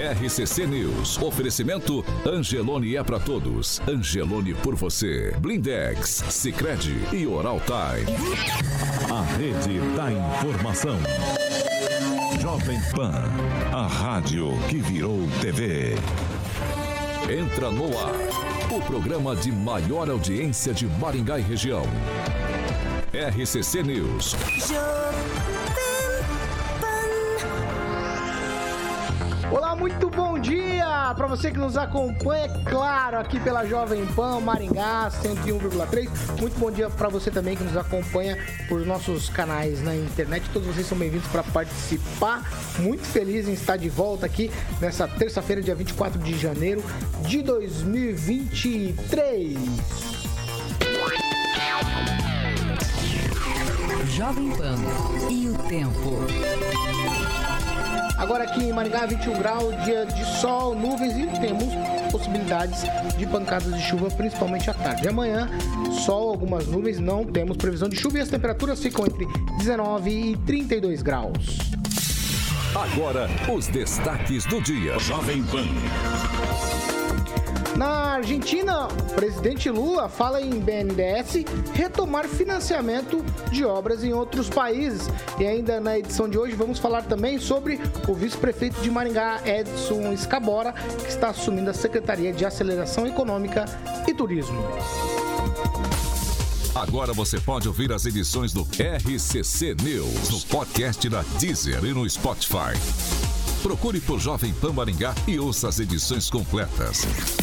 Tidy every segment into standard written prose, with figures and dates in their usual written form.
RCC News. Oferecimento Angelone é pra todos. Angelone por você. Blindex, Sicredi e Oral Time. A rede da informação. Jovem Pan, a rádio que virou TV. Entra no ar, o programa de maior audiência de Maringá e região. RCC News. Olá, muito bom dia para você que nos acompanha, claro, aqui pela Jovem Pan Maringá 101,3. Muito bom dia para você também que nos acompanha por nossos canais na internet. Todos vocês são bem-vindos para participar. Muito feliz em estar de volta aqui nessa terça-feira, dia 24 de janeiro de 2023. Jovem Pan e o tempo. Agora aqui em Maringá, 21 graus, dia de sol, nuvens e temos possibilidades de pancadas de chuva, principalmente à tarde. Amanhã, sol, algumas nuvens, não temos previsão de chuva e as temperaturas ficam entre 19 e 32 graus. Agora, os destaques do dia. Jovem Pan. Na Argentina, o presidente Lula fala em BNDES retomar financiamento de obras em outros países. E ainda na edição de hoje vamos falar também sobre o vice-prefeito de Maringá, Edson Escabora, que está assumindo a Secretaria de Aceleração Econômica e Turismo. Agora você pode ouvir as edições do RCC News no podcast da Deezer e no Spotify. Procure por Jovem Pan Maringá e ouça as edições completas.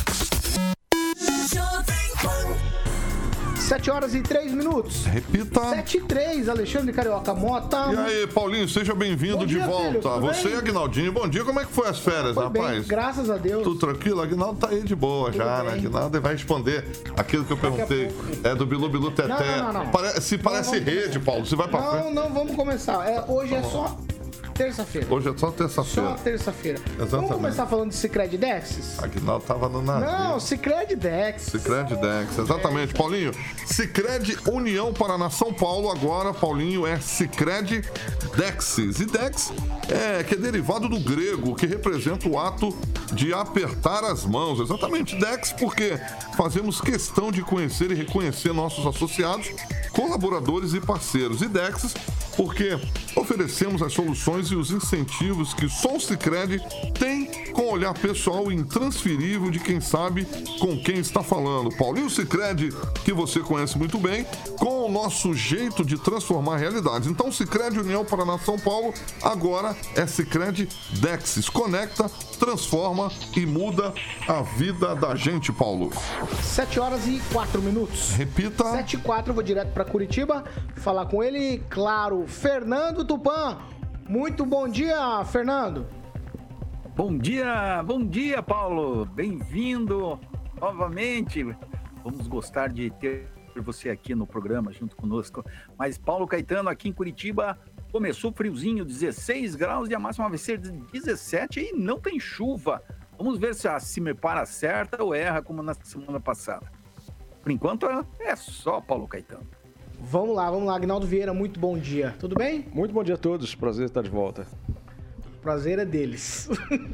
7 horas e 3 minutos. Repita. 7 e 3, Alexandre Carioca Mota. E aí, Paulinho, seja bem-vindo de volta. Filho, você e Aguinaldinho, bom dia. Como é que foi as férias, foi rapaz? Bem, graças a Deus. Tudo tranquilo? Aguinaldo tá aí de boa tudo já, bem. Né? Aguinaldo vai responder aquilo que eu perguntei. É do Bilu Bilu Teté. Não. Parece rede, Paulo. Você vai pra frente. Não, vamos começar. Hoje é só terça-feira. Hoje é só terça-feira. Só terça-feira. Exatamente. Vamos começar falando de Sicredi Dexis? Aguinaldo tava no navio. Não, Sicredi Dexis. Sicredi Dexis, exatamente. Paulinho, Sicredi União Paraná São Paulo, agora, Paulinho, é Sicredi Dexis. E Dex que é derivado do grego, que representa o ato de apertar as mãos. Exatamente, Dex, porque fazemos questão de conhecer e reconhecer nossos associados, colaboradores e parceiros. E Dexis, porque oferecemos as soluções e os incentivos que só o Sicredi tem com o olhar pessoal e intransferível de quem sabe com quem está falando. Paulinho Sicredi, que você conhece muito bem, com o nosso jeito de transformar realidades. Então, Sicredi União Paraná São Paulo, agora é Sicredi Dexis. Conecta, transforma e muda a vida da gente, Paulo. 7 horas e 4 minutos. Repita. 7 e 4, eu vou direto para Curitiba falar com ele, claro, Fernando Tupan. Muito bom dia, Fernando. Bom dia, Paulo. Bem-vindo novamente. Vamos gostar de ter você aqui no programa junto conosco. Mas Paulo Caetano, aqui em Curitiba, começou friozinho, 16 graus e a máxima vai ser de 17 e não tem chuva. Vamos ver se a Cimepar acerta ou erra como na semana passada. Por enquanto é só Paulo Caetano. Vamos lá, Aguinaldo Vieira, muito bom dia. Tudo bem? Muito bom dia a todos, prazer estar de volta. Prazer é deles.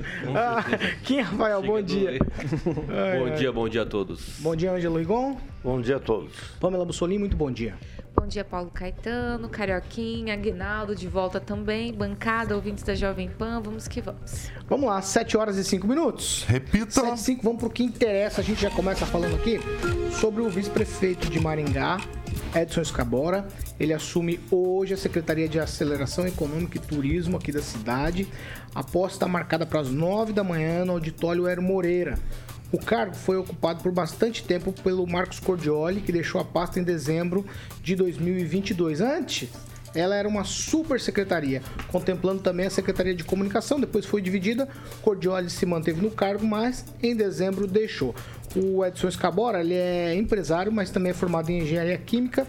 Kim Rafael, bom dia. Bom dia a todos. Bom dia, Ângelo Rigon. Bom dia a todos. Pamela Bussolini, muito bom dia. Bom dia, Paulo Caetano, Carioquinha, Aguinaldo, de volta também, bancada, ouvintes da Jovem Pan, vamos que vamos. Vamos lá, 7 horas e 5 minutos. Repita. 7 e 5, vamos pro que interessa, a gente já começa falando aqui sobre o vice-prefeito de Maringá, Edson Escabora. Ele assume hoje a Secretaria de Aceleração Econômica e Turismo aqui da cidade. A posse está marcada para as 9 da manhã no auditório Hélio Moreira. O cargo foi ocupado por bastante tempo pelo Marcos Cordioli, que deixou a pasta em dezembro de 2022. Antes, ela era uma super secretaria, contemplando também a Secretaria de Comunicação. Depois foi dividida, Cordioli se manteve no cargo, mas em dezembro deixou. O Edson Escabora, ele é empresário, mas também é formado em Engenharia Química.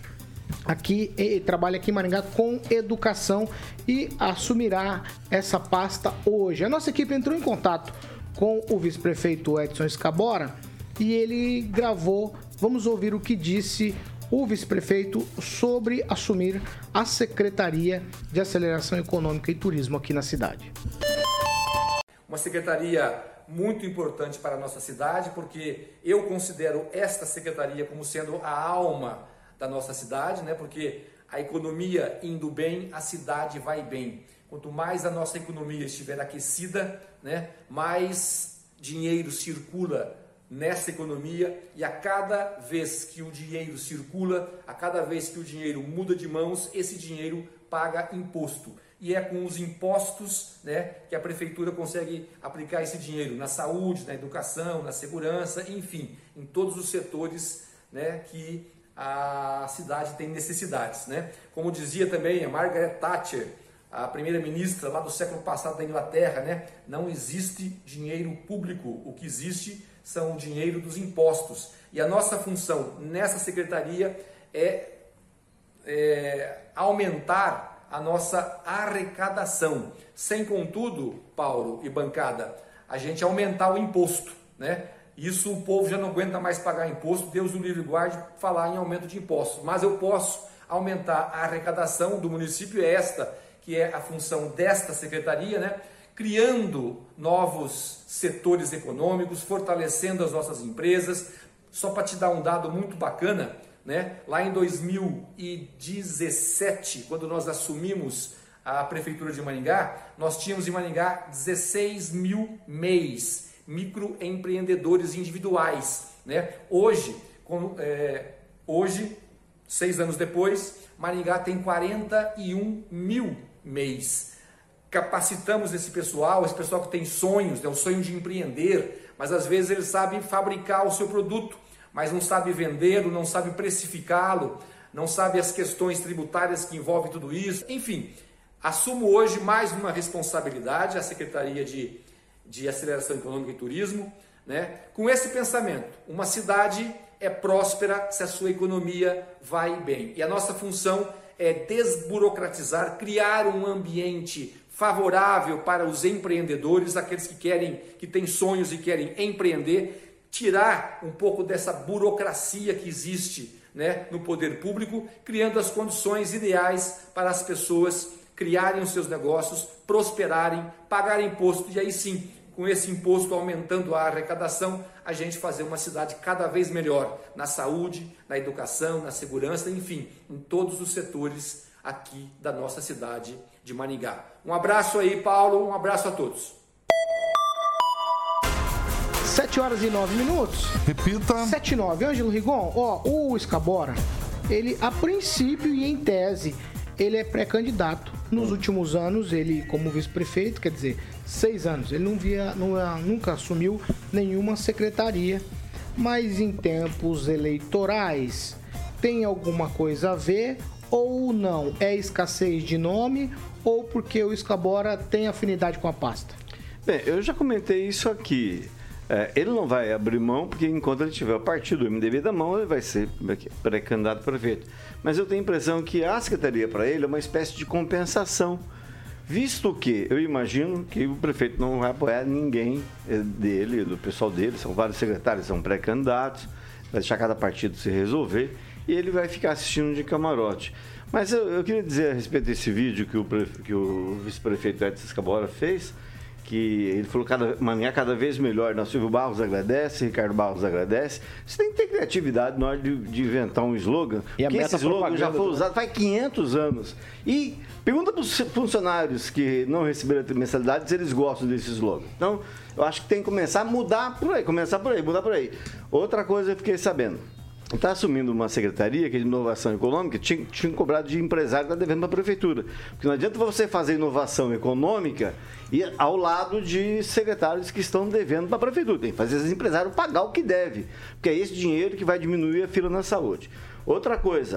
Trabalha aqui em Maringá com educação e assumirá essa pasta hoje. A nossa equipe entrou em contato com o vice-prefeito Edson Escabora e ele gravou. Vamos ouvir o que disse o vice-prefeito sobre assumir a Secretaria de Aceleração Econômica e Turismo aqui na cidade. uma secretaria muito importante para a nossa cidade, porque eu considero esta secretaria como sendo a alma da nossa cidade, né? Porque a economia indo bem, a cidade vai bem. Quanto mais a nossa economia estiver aquecida, né, mais dinheiro circula nessa economia, e a cada vez que o dinheiro circula, a cada vez que o dinheiro muda de mãos, esse dinheiro paga imposto. E é com os impostos, né, que a prefeitura consegue aplicar esse dinheiro na saúde, na educação, na segurança, enfim, em todos os setores, né, que a cidade tem necessidades, né? Como dizia também a Margaret Thatcher, a primeira-ministra lá do século passado da Inglaterra, né? Não existe dinheiro público, o que existe são o dinheiro dos impostos. E a nossa função nessa secretaria é aumentar a nossa arrecadação, sem contudo, Paulo e bancada, a gente aumentar o imposto, né? Isso o povo já não aguenta mais pagar imposto, Deus o livre guarde falar em aumento de impostos, mas eu posso aumentar a arrecadação do município, esta que é a função desta secretaria, né? Criando novos setores econômicos, fortalecendo as nossas empresas. Só para te dar um dado muito bacana, né? Lá em 2017, quando nós assumimos a prefeitura de Maringá, nós tínhamos em Maringá 16 mil MEIs, microempreendedores individuais, né? Hoje, 6 anos depois, Maringá tem 41 mil MEIs. Capacitamos esse pessoal que tem sonhos, né? O sonho de empreender, mas às vezes eles sabem fabricar o seu produto, mas não sabe vendê-lo, não sabe precificá-lo, não sabe as questões tributárias que envolvem tudo isso. Enfim, assumo hoje mais uma responsabilidade, a Secretaria de Aceleração Econômica e Turismo, né? Com esse pensamento, uma cidade é próspera se a sua economia vai bem. E a nossa função é desburocratizar, criar um ambiente favorável para os empreendedores, aqueles que têm sonhos e querem empreender, tirar um pouco dessa burocracia que existe, né, no poder público, criando as condições ideais para as pessoas criarem os seus negócios, prosperarem, pagarem imposto, e aí sim, com esse imposto aumentando a arrecadação, a gente fazer uma cidade cada vez melhor na saúde, na educação, na segurança, enfim, em todos os setores aqui da nossa cidade de Maringá. Um abraço aí, Paulo, um abraço a todos. 7h09. Repita. 7h09. Ângelo Rigon, o Escabora, ele, a princípio e em tese, ele é pré-candidato. Nos últimos anos, ele como vice-prefeito, quer dizer, 6 anos, ele nunca assumiu nenhuma secretaria, mas em tempos eleitorais, tem alguma coisa a ver ou não? É escassez de nome ou porque o Escabora tem afinidade com a pasta? Bem, eu já comentei isso aqui. Ele não vai abrir mão, porque enquanto ele tiver o partido MDB da mão, ele vai ser pré-candidato a prefeito. Mas eu tenho a impressão que a secretaria para ele é uma espécie de compensação, visto que eu imagino que o prefeito não vai apoiar ninguém dele, do pessoal dele, são vários secretários, são pré-candidatos, vai deixar cada partido se resolver, e ele vai ficar assistindo de camarote. Mas eu queria dizer a respeito desse vídeo que o vice-prefeito Edson Escabora fez, que ele falou Maringá cada vez melhor. Silvio Barros agradece, Ricardo Barros agradece. Você tem que ter criatividade na hora de inventar um slogan, porque esse slogan já foi usado faz 500 anos. E pergunta para os funcionários que não receberam a mensalidade se eles gostam desse slogan. Então, eu acho que tem que começar a mudar por aí, mudar por aí. Outra coisa eu fiquei sabendo. Está assumindo uma secretaria que é de inovação econômica, tinha cobrado de empresário que está devendo para a prefeitura. Porque não adianta você fazer inovação econômica e ao lado de secretários que estão devendo para a prefeitura. Tem que fazer esses empresários pagar o que deve, porque é esse dinheiro que vai diminuir a fila na saúde. Outra coisa,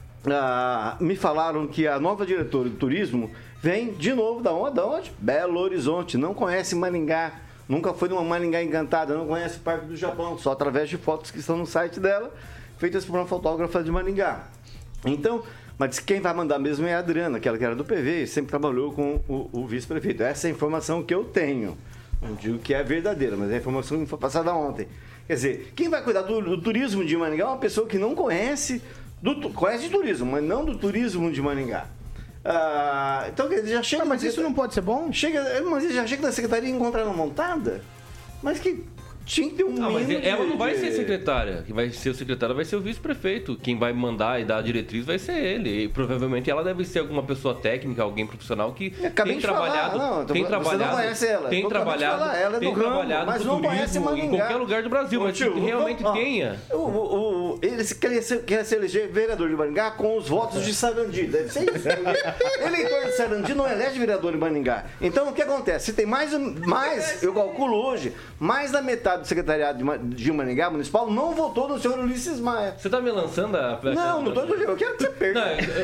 me falaram que a nova diretora de turismo vem de novo da onde? Belo Horizonte, não conhece Maringá. Nunca foi numa Maringá encantada, não conhece o Parque do Japão, só através de fotos que estão no site dela, feitas por uma fotógrafa de Maringá. Então, mas quem vai mandar mesmo é a Adriana, aquela que era do PV e sempre trabalhou com o vice-prefeito. Essa é a informação que eu tenho. Não digo que é verdadeira, mas é a informação que foi passada ontem. Quer dizer, quem vai cuidar do turismo de Maringá é uma pessoa que não conhece de turismo, mas não do turismo de Maringá. Então, ele já chega... Mas isso não pode ser bom? Mas ele já chega na secretaria e encontra ela montada? Mas que... Tinha que ter mas ela não vai ser secretária. Quem vai ser o secretário vai ser o vice-prefeito. Quem vai mandar e dar a diretriz vai ser ele. E provavelmente ela deve ser alguma pessoa técnica, alguém profissional que tem trabalhado. Você não conhece ela. Tem trabalhado mas no não conhece turismo em qualquer lugar do Brasil, mas que realmente tenha. Ele quer se eleger vereador de Maringá com os votos de Sarandi. Deve ser isso. Eleitor de Sarandi não elege vereador de Maringá. Então, o que acontece? Se tem mais, eu calculo hoje, mais da metade do secretariado de Maringá Municipal não votou no senhor Ulisses Maia. Você tá me lançando a... Não tô. Eu quero que você perca.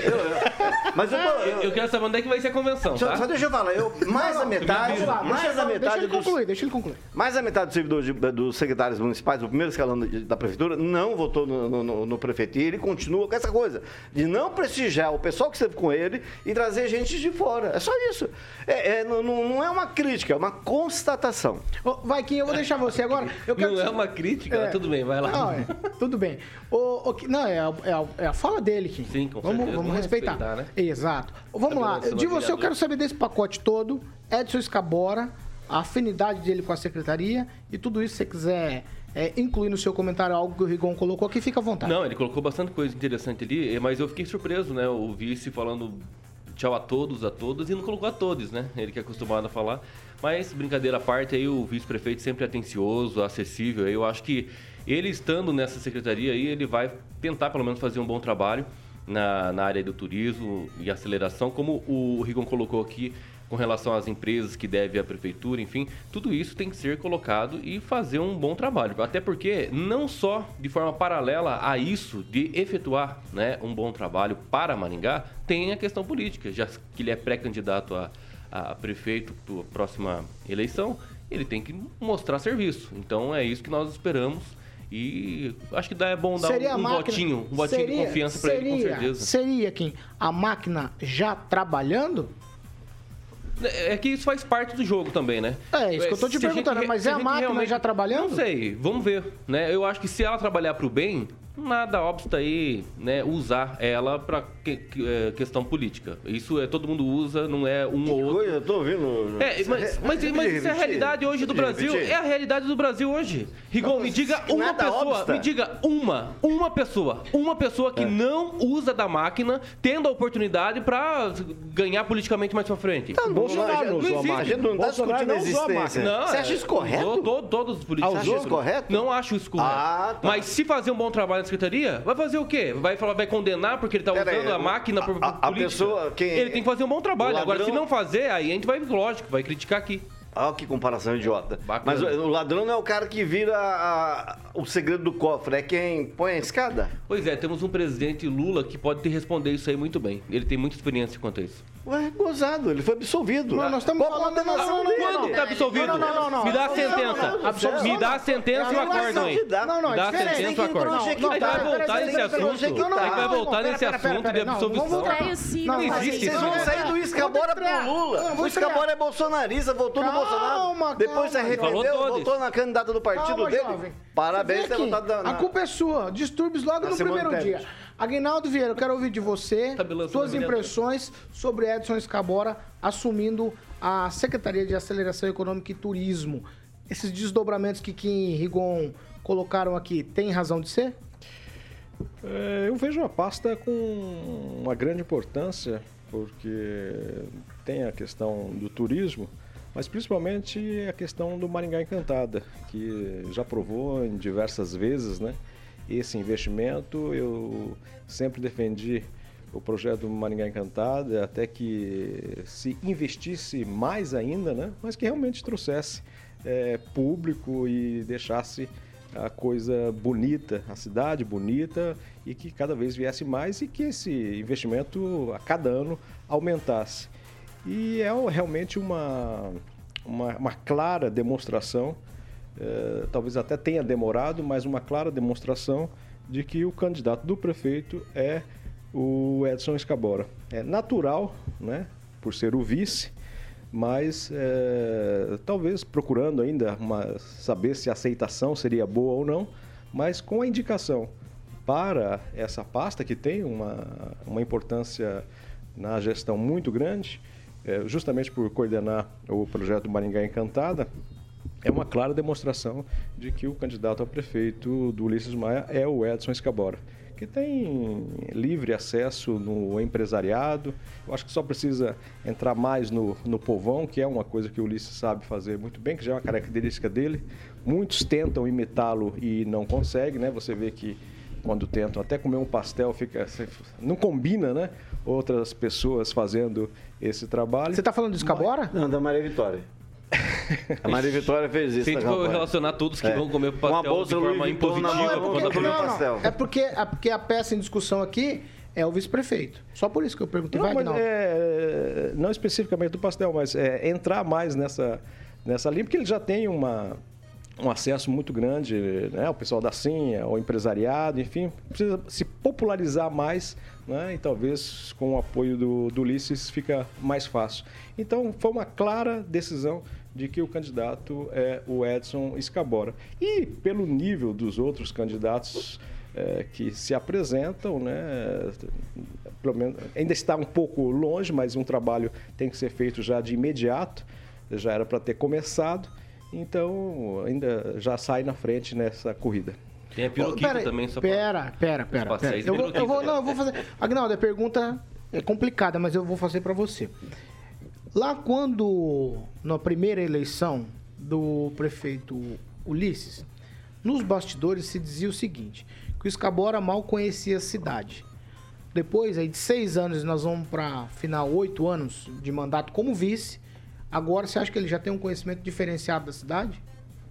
Mas eu quero saber onde é que vai ser a convenção, tá? Só deixa eu falar. Mais da metade... Deixa ele concluir. Mais da metade dos servidores dos secretários municipais, do primeiro escalão da prefeitura, não votou no prefeito. E ele continua com essa coisa de não prestigiar o pessoal que esteve com ele e trazer gente de fora. É só isso. Não é uma crítica, é uma constatação. Vai, Kim, eu vou deixar você agora. Não é uma crítica? Tudo bem, vai lá. Não, tudo bem. Não, é a fala dele, Kim. Sim, com certeza. Vamos respeitar. Né? Exato. Vamos lá. De você, eu quero saber desse pacote todo. Edson Escabora, a afinidade dele com a secretaria e tudo isso, se você quiser incluir no seu comentário algo que o Rigon colocou aqui, fica à vontade. Não, ele colocou bastante coisa interessante ali, mas eu fiquei surpreso, né? O vice falando tchau a todos e não colocou a todos, né? Ele que é acostumado a falar. Mas, brincadeira à parte, aí o vice-prefeito sempre atencioso, acessível. Eu acho que ele estando nessa secretaria aí, ele vai tentar pelo menos fazer um bom trabalho na área do turismo e aceleração, como o Rigon colocou aqui, com relação às empresas que deve a prefeitura, enfim, tudo isso tem que ser colocado e fazer um bom trabalho. Até porque, não só de forma paralela a isso, de efetuar, né, um bom trabalho para Maringá, tem a questão política, já que ele é pré-candidato a prefeito para a próxima eleição, ele tem que mostrar serviço. Então, é isso que nós esperamos. E acho que é bom dar um votinho de confiança para ele, com certeza. Seria, Kim, a máquina já trabalhando? É que isso faz parte do jogo também, né? É isso que eu tô te perguntando, mas é a máquina já trabalhando? Não sei, vamos ver, né? Eu acho que se ela trabalhar pro bem, nada obsta aí, né, usar ela para questão política. Isso todo mundo usa, não é um ou outro. Eu tô ouvindo. Mas isso é a realidade hoje do Brasil. É a realidade do Brasil hoje. Rigon, me diga uma pessoa, me diga uma pessoa que não usa da máquina, tendo a oportunidade para ganhar politicamente mais pra frente. Bolsonaro não usou a máquina. Não tá discutindo a existência. Você acha isso correto? Todos os políticos. Você acha isso correto? Não acho isso correto. Mas se fazer um bom trabalho na secretaria, vai fazer o quê? Vai condenar porque ele tá usando a máquina por política? A pessoa, ele tem que fazer um bom trabalho. Agora, se não fazer, aí a gente vai, lógico, vai criticar aqui. Olha que comparação idiota. Bacana. Mas o ladrão não é o cara que vira o segredo do cofre, é quem põe a escada? Pois é, temos um presidente Lula que pode te responder isso aí muito bem. Ele tem muita experiência quanto a isso. Ué, gozado, ele foi absolvido. Não, nós estamos falando da nação dele. Quando tá absolvido? Não. Me dá a sentença. Me dá a sentença e o acordo aí. Me dá a sentença e o acordo. A gente vai voltar nesse assunto. A gente vai voltar nesse assunto de absolvição. Não existe. Vocês vão sair do Escabora pro Lula. O Escabora é bolsonarista, votou no Bolsonaro. Depois se arrependeu, votou na candidata do partido dele. Parabéns, ter votado na... A culpa é sua. Distúrbios logo no primeiro dia. Aguinaldo Vieira, eu quero ouvir de você suas impressões sobre Edson Escabora assumindo a Secretaria de Aceleração Econômica e Turismo. Esses desdobramentos que Kim e Rigon colocaram aqui, tem razão de ser? Eu vejo a pasta com uma grande importância, porque tem a questão do turismo, mas principalmente a questão do Maringá Encantada, que já provou em diversas vezes, né? Esse investimento. Eu sempre defendi o projeto Maringá Encantada, até que se investisse mais ainda, né? Mas que realmente trouxesse público e deixasse a coisa bonita, a cidade bonita, e que cada vez viesse mais e que esse investimento a cada ano aumentasse. E é realmente uma clara demonstração, talvez até tenha demorado, mas uma clara demonstração de que o candidato do prefeito é o Edson Escabora. É natural, né, por ser o vice, mas talvez procurando ainda saber se a aceitação seria boa ou não, mas com a indicação para essa pasta que tem uma importância na gestão muito grande, justamente por coordenar o projeto Maringá Encantada, é uma clara demonstração de que o candidato a prefeito do Ulisses Maia é o Edson Escabora, que tem livre acesso no empresariado. Eu acho que só precisa entrar mais no povão, que é uma coisa que o Ulisses sabe fazer muito bem, que já é uma característica dele. Muitos tentam imitá-lo e não conseguem, né? Você vê que quando tentam até comer um pastel, não combina, né? Outras pessoas fazendo esse trabalho. Você está falando do Escabora? Não, da Maria Vitória. A Maria Vitória fez isso. Se a gente for relacionar todos que vão comer pastel de forma impositiva. É porque a peça em discussão aqui é o vice-prefeito. Só por isso que eu perguntei. Não, mas não especificamente do pastel, mas entrar mais nessa linha, porque ele já tem um acesso muito grande, né? O pessoal da Sinha, o empresariado, enfim, precisa se popularizar mais, né? E talvez com o apoio do Ulisses fica mais fácil. Então, foi uma clara decisão de que o candidato é o Edson Escabora. E pelo nível dos outros candidatos que se apresentam, né? Pelo menos, ainda está um pouco longe, mas um trabalho tem que ser feito já de imediato, já era para ter começado. Então, ainda já sai na frente nessa corrida. Tem a piroquita também. Pera. Eu vou fazer... Aguinaldo, a pergunta é complicada, mas eu vou fazer para você. Lá quando, na primeira eleição do prefeito Ulisses, nos bastidores se dizia o seguinte, que o Escabora mal conhecia a cidade. Depois aí de 6 anos, nós vamos para final 8 anos de mandato como vice. Agora, você acha que ele já tem um conhecimento diferenciado da cidade?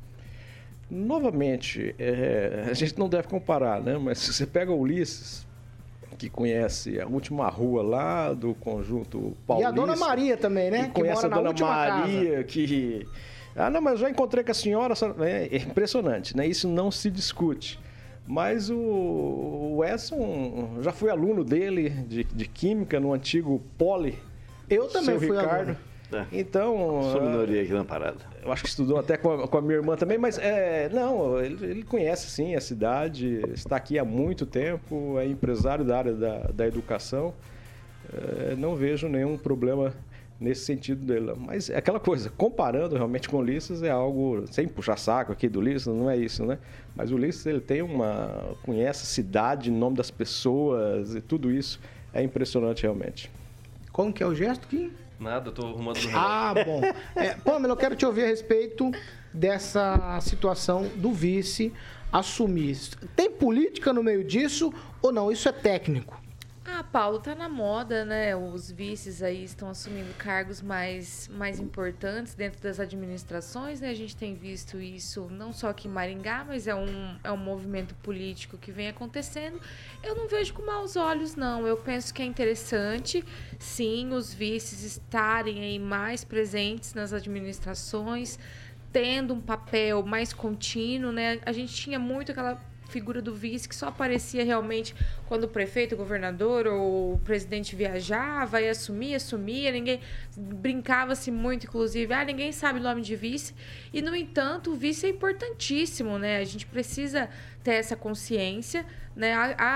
Novamente, a gente não deve comparar, né? Mas se você pega o Ulisses, que conhece a última rua lá do conjunto paulista... E a Dona Maria também, né? Que conhece a Dona Maria, que... Ah, não, mas já encontrei com a senhora... É impressionante, né? Isso não se discute. Mas o Edson, já fui aluno dele de Química no antigo Poli. Eu também fui aluno. Então... Sou minoria aqui na parada. Eu acho que estudou até com a minha irmã também, mas não, ele conhece sim a cidade, está aqui há muito tempo, é empresário da área da educação. Não vejo nenhum problema nesse sentido dele. Mas é aquela coisa, comparando realmente com o Ulisses, é algo, sem puxar saco aqui do Ulisses, não é isso, né? Mas o Ulisses, ele conhece a cidade, o nome das pessoas e tudo isso é impressionante realmente. Como que é o gesto, Kim? Nada, eu tô arrumando o relógio. Ah, bom. Pamela, eu quero te ouvir a respeito dessa situação do vice assumir. Tem política no meio disso ou não? Isso é técnico? Ah, Paulo, tá na moda, né? Os vices aí estão assumindo cargos mais importantes dentro das administrações, né? A gente tem visto isso não só aqui em Maringá, mas é um movimento político que vem acontecendo. Eu não vejo com maus olhos, não. Eu penso que é interessante, sim, os vices estarem aí mais presentes nas administrações, tendo um papel mais contínuo, né? A gente tinha muito aquela figura do vice que só aparecia realmente quando o prefeito, o governador ou o presidente viajava e assumia, ninguém brincava-se muito, inclusive, ninguém sabe o nome de vice, e no entanto o vice é importantíssimo, né? A gente precisa ter essa consciência, né?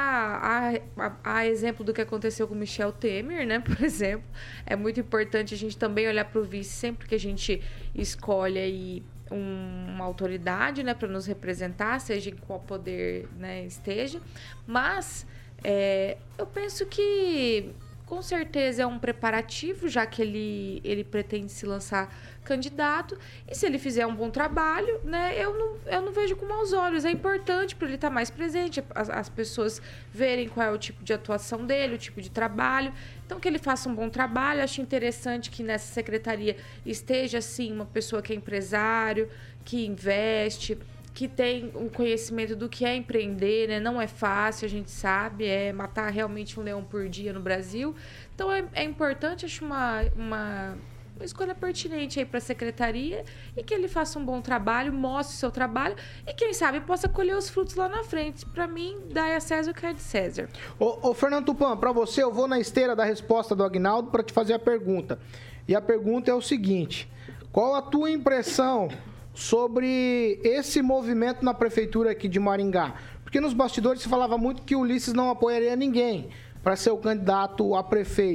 Há exemplo do que aconteceu com Michel Temer, né? Por exemplo, é muito importante a gente também olhar para o vice sempre que a gente escolhe aí uma autoridade, né, para nos representar, seja em qual poder, né, esteja. Mas eu penso que com certeza é um preparativo, já que ele pretende se lançar candidato, e se ele fizer um bom trabalho, né, eu não vejo com maus olhos. É importante para ele estar mais presente, as pessoas verem qual é o tipo de atuação dele, o tipo de trabalho. Então, que ele faça um bom trabalho. Acho interessante que nessa secretaria esteja, sim, uma pessoa que é empresário, que investe, que tem o conhecimento do que é empreender, né? Não é fácil, a gente sabe, é matar realmente um leão por dia no Brasil. Então, é importante, acho uma escolha pertinente aí para a secretaria, e que ele faça um bom trabalho, mostre o seu trabalho e, quem sabe, possa colher os frutos lá na frente. Para mim, dá a César o que é de César. Ô Fernando Tupan, para você, eu vou na esteira da resposta do Aguinaldo para te fazer a pergunta. E a pergunta é o seguinte: qual a tua impressão sobre esse movimento na prefeitura aqui de Maringá? Porque nos bastidores se falava muito que o Ulisses não apoiaria ninguém para ser o candidato a prefeito.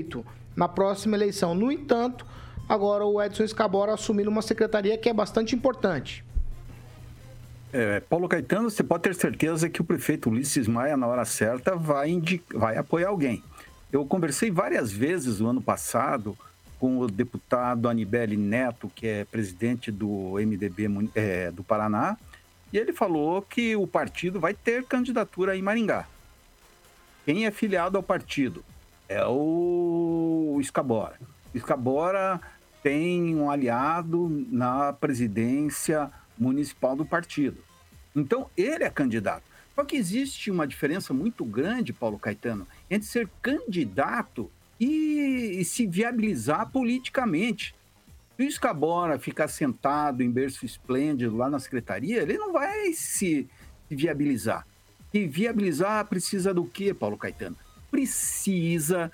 na próxima eleição. No entanto, agora o Edson Escabora assumindo uma secretaria que é bastante importante. Paulo Caetano, você pode ter certeza que o prefeito Ulisses Maia, na hora certa, vai apoiar alguém. Eu conversei várias vezes no ano passado com o deputado Anibele Neto, que é presidente do MDB do Paraná, e ele falou que o partido vai ter candidatura em Maringá. Quem é filiado ao partido é o Escabora. O Escabora tem um aliado na presidência municipal do partido. Então, ele é candidato. Só que existe uma diferença muito grande, Paulo Caetano, entre ser candidato e se viabilizar politicamente. Se o Escabora ficar sentado em berço esplêndido lá na secretaria, ele não vai se viabilizar. E viabilizar precisa do quê, Paulo Caetano? Precisa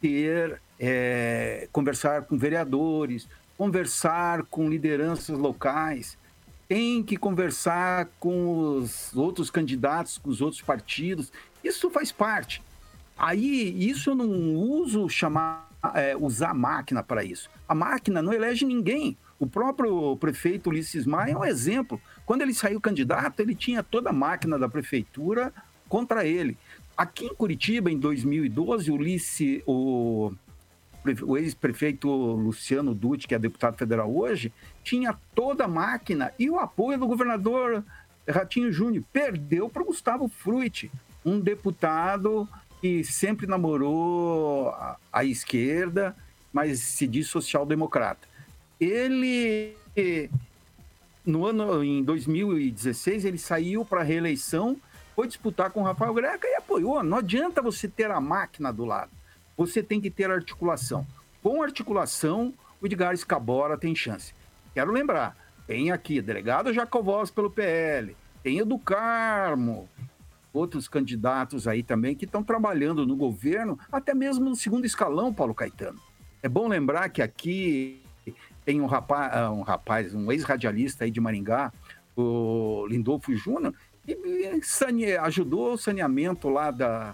conversar com vereadores, conversar com lideranças locais, tem que conversar com os outros candidatos, com os outros partidos. Isso faz parte. Aí, isso eu não uso usar a máquina para isso. A máquina não elege ninguém. O próprio prefeito Ulisses Maia é um exemplo. Quando ele saiu candidato, ele tinha toda a máquina da prefeitura contra ele. Aqui em Curitiba, em 2012, o ex-prefeito Luciano Dutti, que é deputado federal hoje, tinha toda a máquina e o apoio do governador Ratinho Júnior. Perdeu para o Gustavo Frutti, um deputado que sempre namorou a esquerda, mas se diz social-democrata. Ele, em 2016, ele saiu para a reeleição, foi disputar com o Rafael Greca e apoiou. Não adianta você ter a máquina do lado. Você tem que ter articulação. Com articulação, o Edgar Escabora tem chance. Quero lembrar, tem aqui delegado Jacovós pelo PL, tem Edu Carmo, outros candidatos aí também que estão trabalhando no governo, até mesmo no segundo escalão, Paulo Caetano. É bom lembrar que aqui tem um ex-radialista aí de Maringá, o Lindolfo Júnior, que ajudou o saneamento lá da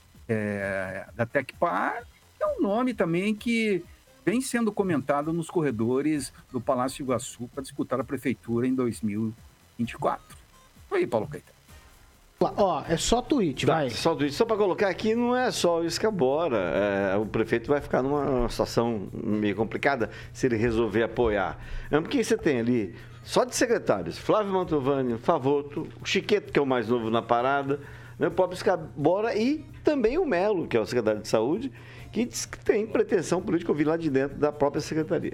Tecpar, é um nome também que vem sendo comentado nos corredores do Palácio Iguaçu para disputar a prefeitura em 2024. Foi aí, Paulo Caetano. É só tweet, vai. Só tweet. Só para colocar aqui, não é só o Escabora. O prefeito vai ficar numa situação meio complicada se ele resolver apoiar. Porque você tem ali, só de secretários, Flávio Mantovani, Favoto, o Chiqueto, que é o mais novo na parada, o próprio Escabora e também o Melo, que é o secretário de Saúde, que diz que tem pretensão política, eu vi lá de dentro da própria secretaria.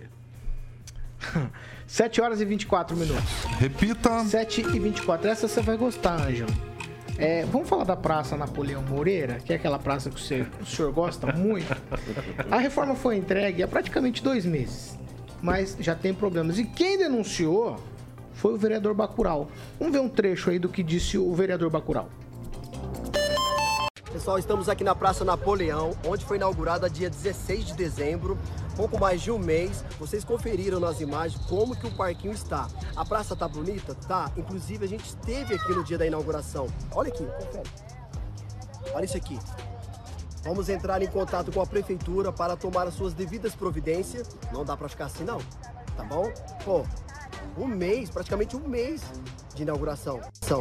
7 horas e 24 minutos. Repita. 7h24. Essa você vai gostar, Ângelo. Vamos falar da Praça Napoleão Moreira, que é aquela praça que o senhor gosta muito. A reforma foi entregue há praticamente 2 meses, mas já tem problemas. E quem denunciou foi o vereador Bacurau. Vamos ver um trecho aí do que disse o vereador Bacurau. Pessoal, estamos aqui na Praça Napoleão, onde foi inaugurada dia 16 de dezembro, pouco mais de um mês. Vocês conferiram nas imagens como que o parquinho está. A praça tá bonita? Tá. Inclusive, a gente esteve aqui no dia da inauguração. Olha aqui, confere. Olha isso aqui. Vamos entrar em contato com a prefeitura para tomar as suas devidas providências. Não dá para ficar assim, não. Tá bom? Pô, um mês, praticamente um mês de inauguração.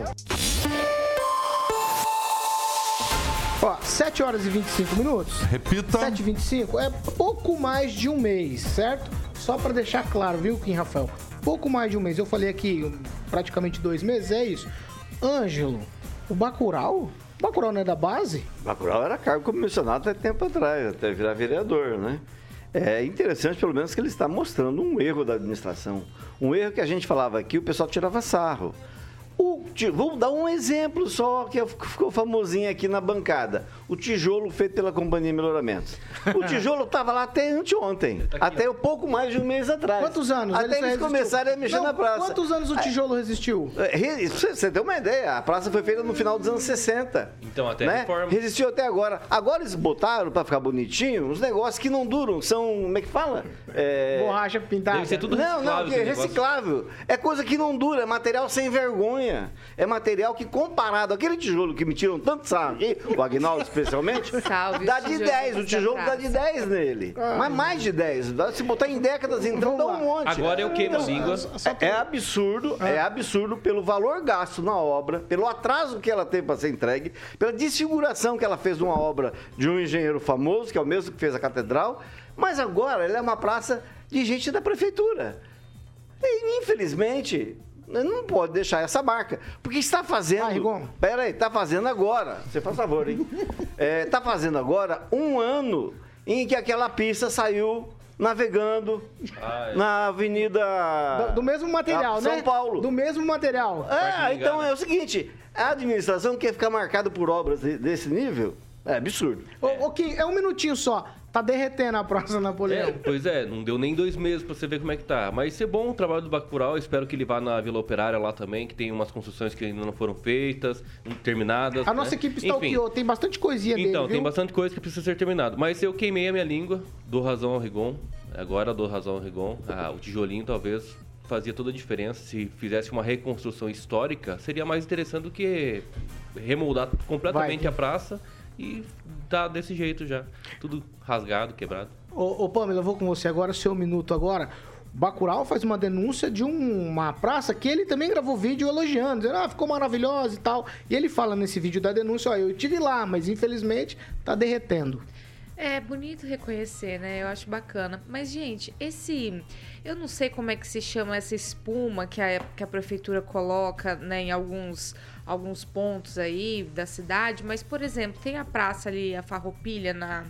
7 horas e 25 minutos. Repita. 7h25 é pouco mais de um mês, certo? Só para deixar claro, viu, Kim Rafael? Pouco mais de um mês. Eu falei aqui praticamente 2 meses, é isso. Ângelo, o Bacurau? O Bacurau não é da base? O Bacurau era cargo comissionado até tempo atrás, até virar vereador, né? É interessante, pelo menos, que ele está mostrando um erro da administração. Um erro que a gente falava aqui, o pessoal tirava sarro. Vou dar um exemplo só, que ficou famosinho aqui na bancada. O tijolo feito pela Companhia Melhoramentos. O tijolo estava lá até anteontem. Até pouco mais de um mês atrás. Quantos anos? Até eles começarem a mexer na praça. Quantos anos o tijolo resistiu? Você tem uma ideia. A praça foi feita no final dos anos 60. Então, até né? reforma. Resistiu até agora. Agora eles botaram, para ficar bonitinho, uns negócios que não duram. São, como é que fala? Borracha pintada. Deve ser tudo reciclável. Não, reciclável. É coisa que não dura, é material sem vergonha. É material que, comparado àquele tijolo que me tiram tanto sarro aqui, o Aguinaldo especialmente, dá de 10. O tijolo dá de 10 nele. Mas mais de 10. Se botar em décadas, então dá um monte. Agora eu queimo a língua. É absurdo pelo valor gasto na obra, pelo atraso que ela teve para ser entregue, pela desfiguração que ela fez de uma obra de um engenheiro famoso, que é o mesmo que fez a catedral, mas agora ela é uma praça de gente da prefeitura. E, infelizmente, não pode deixar essa marca, porque está fazendo... Peraí, está fazendo agora, você faz favor, hein? Está fazendo agora um ano em que aquela pista saiu navegando na avenida... Do mesmo material, São Paulo. Do mesmo material. Então é o seguinte, a administração quer ficar marcada por obras desse nível? É absurdo. É um minutinho só. Tá derretendo a Praça Napoleão. Pois é, não deu nem 2 meses pra você ver como é que tá. Mas isso é bom o trabalho do Bacurau. Espero que ele vá na Vila Operária lá também, que tem umas construções que ainda não foram feitas, terminadas. A nossa equipe stalkeou, tem bastante coisinha dele, Então, viu? tem bastante coisa que precisa ser terminado. Mas eu queimei a minha língua, dou razão ao Rigon. Agora dou razão ao Rigon. O tijolinho talvez fazia toda a diferença. Se fizesse uma reconstrução histórica, seria mais interessante do que remoldar completamente a praça e tá desse jeito já. Tudo rasgado, quebrado. Ô Pamela, eu vou com você agora, seu minuto agora. Bacurau faz uma denúncia de uma praça que ele também gravou vídeo elogiando, dizendo, ficou maravilhosa e tal. E ele fala nesse vídeo da denúncia, eu estive lá, mas infelizmente tá derretendo. É bonito reconhecer, né? Eu acho bacana. Mas, gente, eu não sei como é que se chama essa espuma que a prefeitura coloca, né, em alguns pontos aí da cidade. Mas, por exemplo, tem a praça ali, a Farroupilha,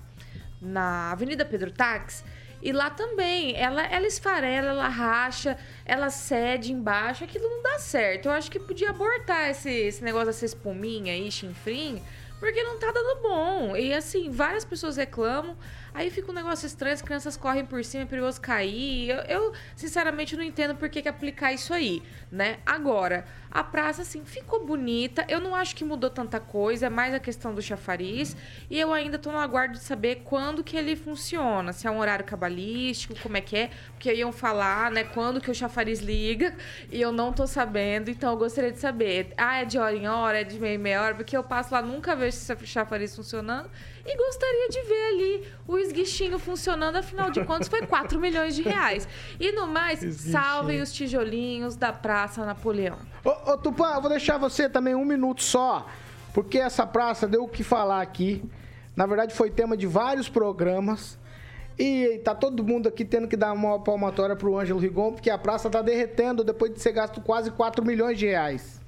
na Avenida Pedro Taques. E lá também, ela esfarela, ela racha, ela cede embaixo. Aquilo não dá certo. Eu acho que podia abortar esse negócio dessa espuminha aí, chinfrim, porque não tá dando bom. E assim, várias pessoas reclamam, aí fica um negócio estranho, as crianças correm por cima, é perigoso cair. Eu sinceramente, não entendo por que aplicar isso aí, né? Agora, a praça, assim, ficou bonita. Eu não acho que mudou tanta coisa, é mais a questão do chafariz. E eu ainda tô no aguardo de saber quando que ele funciona. Se é um horário cabalístico, como é que é. Porque iam falar, né, quando que o chafariz liga. E eu não tô sabendo, então eu gostaria de saber. É de hora em hora, é de meia em meia hora? Porque eu passo lá, nunca vejo esse chafariz funcionando. E gostaria de ver ali o esguichinho funcionando. Afinal de contas, foi 4 milhões de reais. E no mais, salvem os tijolinhos da Praça Napoleão. Ô Tupã, eu vou deixar você também 1 minuto só, porque essa praça deu o que falar aqui. Na verdade, foi tema de vários programas. E tá todo mundo aqui tendo que dar uma palmatória pro Ângelo Rigon, porque a praça tá derretendo depois de ser gasto quase 4 milhões de reais.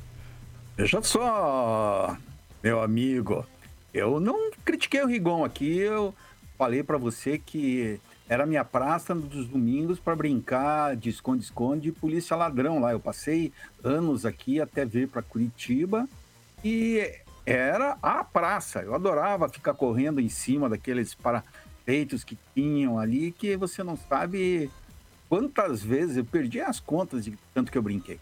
Veja só, meu amigo, eu não critiquei o Rigon aqui, eu falei pra você que era minha praça dos domingos para brincar de esconde-esconde e polícia ladrão lá. Eu passei anos aqui até vir para Curitiba e era a praça. Eu adorava ficar correndo em cima daqueles parapeitos que tinham ali, que você não sabe quantas vezes eu perdi as contas de tanto que eu brinquei.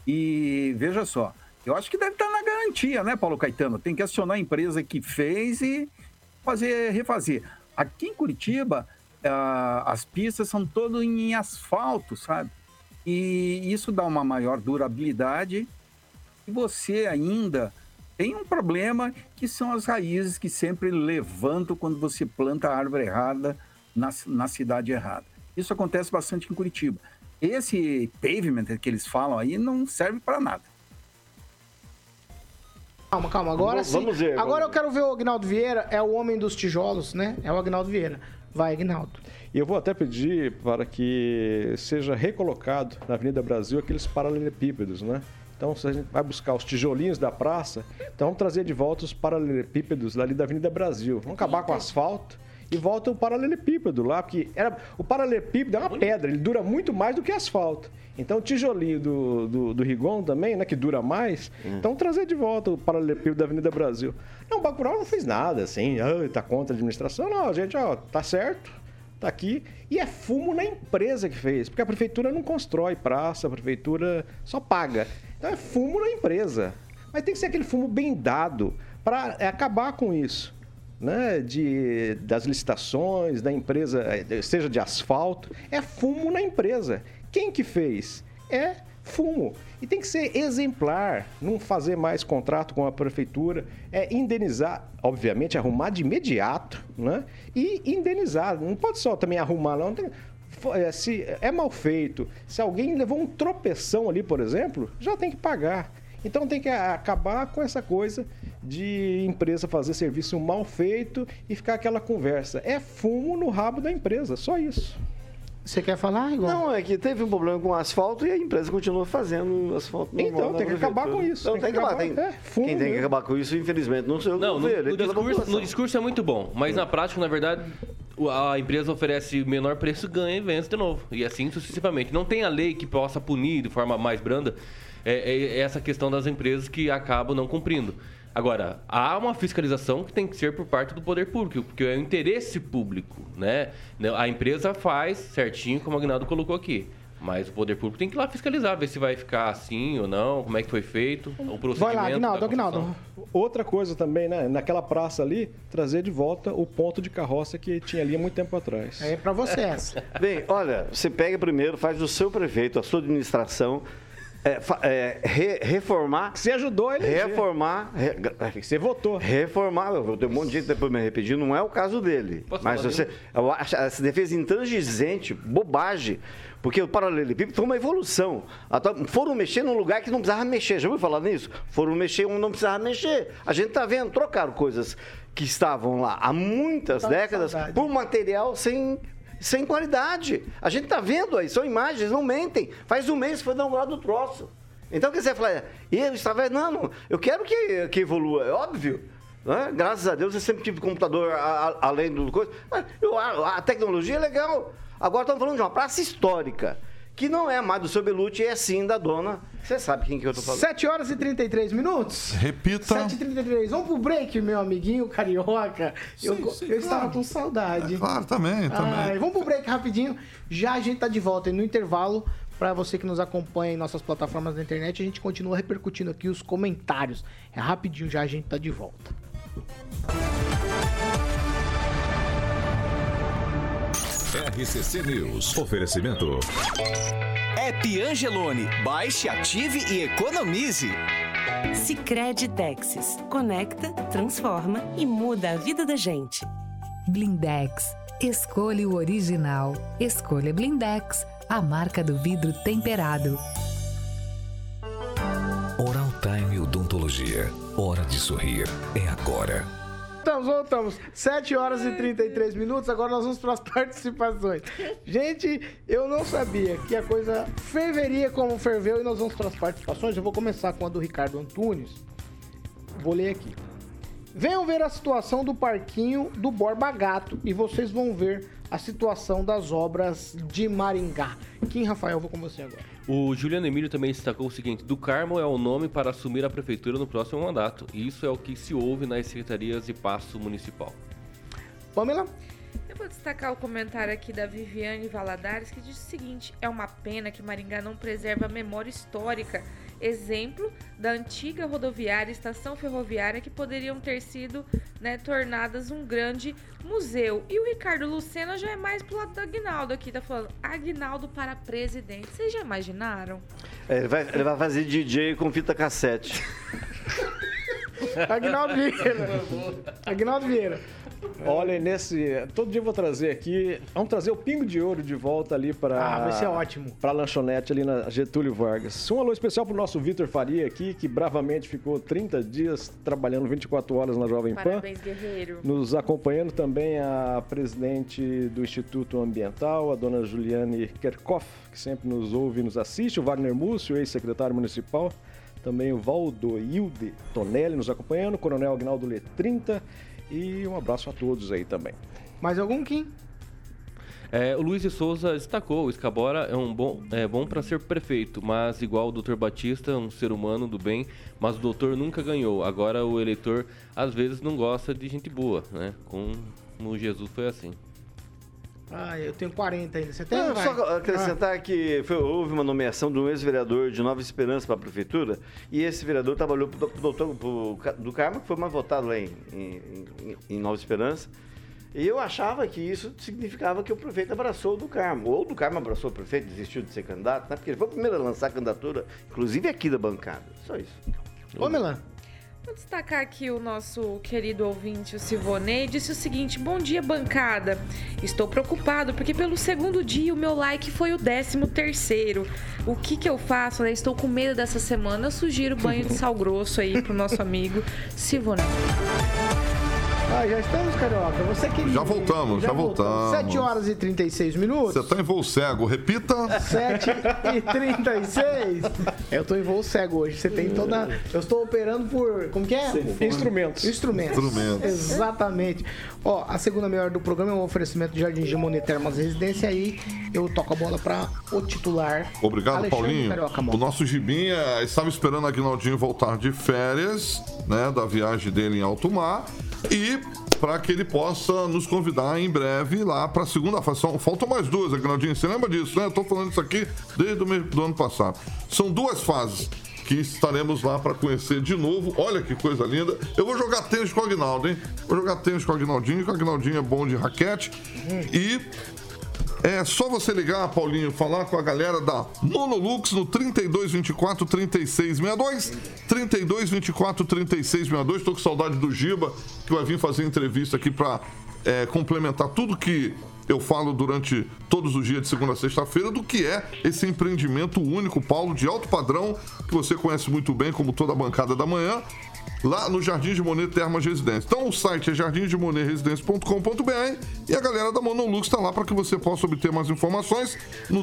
E veja só, eu acho que deve estar na garantia, né, Paulo Caetano? Tem que acionar a empresa que fez e refazer. Aqui em Curitiba, as pistas são todas em asfalto, sabe? E isso dá uma maior durabilidade. E você ainda tem um problema, que são as raízes que sempre levantam quando você planta a árvore errada na cidade errada. Isso acontece bastante em Curitiba. Esse pavement que eles falam aí não serve para nada. Calma. Agora sim. Vamos ver. Agora eu quero ver o Aguinaldo Vieira, é o homem dos tijolos, né? É o Aguinaldo Vieira. Vai, Aguinaldo. E eu vou até pedir para que seja recolocado na Avenida Brasil aqueles paralelepípedos, né? Então, se a gente vai buscar os tijolinhos da praça, então vamos trazer de volta os paralelepípedos ali da Avenida Brasil. Vamos acabar com o asfalto e volta o paralelepípedo lá, porque o paralelepípedo é uma pedra, ele dura muito mais do que asfalto. Então, o tijolinho do Rigon também, né, que dura mais, então trazer de volta o paralelepípedo da Avenida Brasil. Não, o Bacurau não fez nada, assim, tá contra a administração. Não, gente, tá certo, tá aqui. E é fumo na empresa que fez, porque a prefeitura não constrói praça, a prefeitura só paga. Então, é fumo na empresa. Mas tem que ser aquele fumo bem dado para acabar com isso, né, das licitações, da empresa, seja de asfalto, é fumo na empresa. Quem que fez? É fumo. E tem que ser exemplar, não fazer mais contrato com a prefeitura, indenizar, obviamente, arrumar de imediato, né? E indenizar. Não pode só também arrumar, não. Se é mal feito, se alguém levou um tropeção ali, por exemplo, já tem que pagar. Então tem que acabar com essa coisa de empresa fazer serviço mal feito e ficar aquela conversa. É fumo no rabo da empresa, só isso. Você quer falar, Igor? Não, é que teve um problema com o asfalto e a empresa continua fazendo asfalto normal. Então, tem que acabar com isso. Então, tem que acabar. Quem tem que acabar com isso, infelizmente, não sei o que no discurso é muito bom, mas na prática, na verdade, a empresa oferece menor preço, ganha e vence de novo. E assim sucessivamente. Não tem a lei que possa punir de forma mais branda essa questão das empresas que acabam não cumprindo. Agora, há uma fiscalização que tem que ser por parte do poder público, porque é o interesse público, né? A empresa faz certinho, como o Aguinaldo colocou aqui, mas o poder público tem que ir lá fiscalizar, ver se vai ficar assim ou não, como é que foi feito, o procedimento. Vai lá, Aguinaldo. Outra coisa também, né? Naquela praça ali, trazer de volta o ponto de carroça que tinha ali há muito tempo atrás. É pra você essa. Bem, olha, você pega primeiro, faz o seu prefeito, a sua administração, reformar. Você ajudou ele. Reformar. Você votou. Reformar. Eu tenho um monte de gente depois me repetir, não é o caso dele. Mas eu acho essa defesa intransigente, bobagem. Porque o paralelepípedo foi uma evolução. Foram mexer num lugar que não precisava mexer. Já ouviu falar nisso? Foram mexer onde não precisava mexer. A gente está vendo, trocaram coisas que estavam lá há muitas décadas por material sem qualidade. A gente está vendo aí, são imagens, não mentem. Faz um mês que foi inaugurado o troço. Então, quer dizer, eu estava... Não, eu quero que evolua, é óbvio. Né? Graças a Deus, eu sempre tive computador além do coisa. Mas a tecnologia é legal. Agora estamos falando de uma praça histórica, que não é mais do seu Belucci, é sim da dona. Você sabe quem que eu tô falando. 7 horas e 33 minutos. Repita. 7h33. Vamos pro break, meu amiguinho carioca. Eu estava com saudade. Claro, também. Vamos pro break rapidinho. Já a gente tá de volta. E no intervalo, para você que nos acompanha em nossas plataformas da internet, a gente continua repercutindo aqui os comentários. É rapidinho, já a gente tá de volta. RCC News. Oferecimento. App Angelone. Baixe, ative e economize. Sicredi Texas. Conecta, transforma e muda a vida da gente. Blindex. Escolha o original. Escolha Blindex, a marca do vidro temperado. Oral Time Odontologia. Hora de sorrir. É agora. Voltamos. 7 horas e 33 minutos. Agora nós vamos para as participações. Gente, eu não sabia que a coisa ferveria como ferveu e nós vamos para as participações. Eu vou começar com a do Ricardo Antunes. Vou ler aqui. Venham ver a situação do parquinho do Borba Gato e vocês vão ver a situação das obras de Maringá. Kim Rafael, eu vou com você agora. O Juliano Emílio também destacou o seguinte: do Carmo é o nome para assumir a prefeitura no próximo mandato. E isso é o que se ouve nas secretarias de pasto municipal. Pamela? Eu vou destacar o comentário aqui da Viviane Valadares, que diz o seguinte: é uma pena que Maringá não preserva a memória histórica. Exemplo da antiga rodoviária e estação ferroviária que poderiam ter sido, tornadas um grande museu. E o Ricardo Lucena já é mais pro lado do Aguinaldo aqui, tá falando Aguinaldo para presidente. Vocês já imaginaram? Ele vai fazer DJ com fita cassete. Aguinaldo Vieira. Olha, todo dia eu vou trazer aqui. Vamos trazer o Pingo de Ouro de volta ali para. Vai ser ótimo. Para a lanchonete ali na Getúlio Vargas. Um alô especial pro nosso Vitor Faria aqui, que bravamente ficou 30 dias trabalhando 24 horas na Jovem Pan. Parabéns, guerreiro. Nos acompanhando também a presidente do Instituto Ambiental, a dona Juliane Kerkhoff, que sempre nos ouve e nos assiste, o Wagner Múcio, ex-secretário municipal. Também o Valdoilde Tonelli nos acompanhando, o Coronel Aguinaldo Letrinta. E um abraço a todos aí também. Mais algum, Kim? O Luiz de Souza destacou: o Escabora é bom para ser prefeito, mas igual o Dr. Batista, um ser humano do bem, mas o doutor nunca ganhou. Agora o eleitor às vezes não gosta de gente boa, né? Como Jesus foi assim. Eu tenho 40 ainda. Você tem? Só acrescentar que houve uma nomeação de um ex-vereador de Nova Esperança para a prefeitura e esse vereador trabalhou para o doutor do Carmo, que foi mais votado lá em Nova Esperança. E eu achava que isso significava que o prefeito abraçou o do Carmo. Ou o do Carmo abraçou o prefeito, desistiu de ser candidato, né? Porque ele foi o primeiro a lançar a candidatura, inclusive aqui da bancada. Só isso. Ô, Melan. Vou destacar aqui o nosso querido ouvinte, o Silvonei, disse o seguinte: bom dia, bancada. Estou preocupado porque pelo segundo dia o meu like foi o 13º. O que eu faço, né? Estou com medo dessa semana. Eu sugiro banho de sal grosso aí pro nosso amigo Silvonei. Já estamos, Carioca. Você querido. Já voltamos. 7 horas e 36 minutos. Você tá em voo cego, repita. 7h36. Eu tô em voo cego hoje. Você tem toda... Eu estou operando por... Como que é? Instrumentos. Exatamente. Ó, a segunda meia hora do programa é um oferecimento de Jardim de Monet Termas Residência. Aí eu toco a bola para o titular. Obrigado, Alexandre Paulinho. Carioca, o nosso Gibinha estava esperando a Aguinaldinho voltar de férias, né, da viagem dele em alto mar. E para que ele possa nos convidar em breve lá para a segunda fase. Faltam mais duas, Aguinaldinho. Você lembra disso, né? Eu tô falando isso aqui desde o ano passado. São 2 fases que estaremos lá para conhecer de novo. Olha que coisa linda. Eu vou jogar tênis com o Aguinaldo, hein? Vou jogar tênis com o Aguinaldinho, que o Aguinaldinho é bom de raquete. E é só você ligar, Paulinho, falar com a galera da Monolux no 3224-3662. 3224-3662. Estou com saudade do Giba, que vai vir fazer entrevista aqui para complementar tudo que eu falo durante todos os dias de segunda a sexta-feira do que é esse empreendimento único, Paulo, de alto padrão, que você conhece muito bem, como toda a bancada da manhã, lá no Jardim de Monet Termas Residência. Então o site é jardimdemonetresidencia.com.br e a galera da Monolux está lá para que você possa obter mais informações no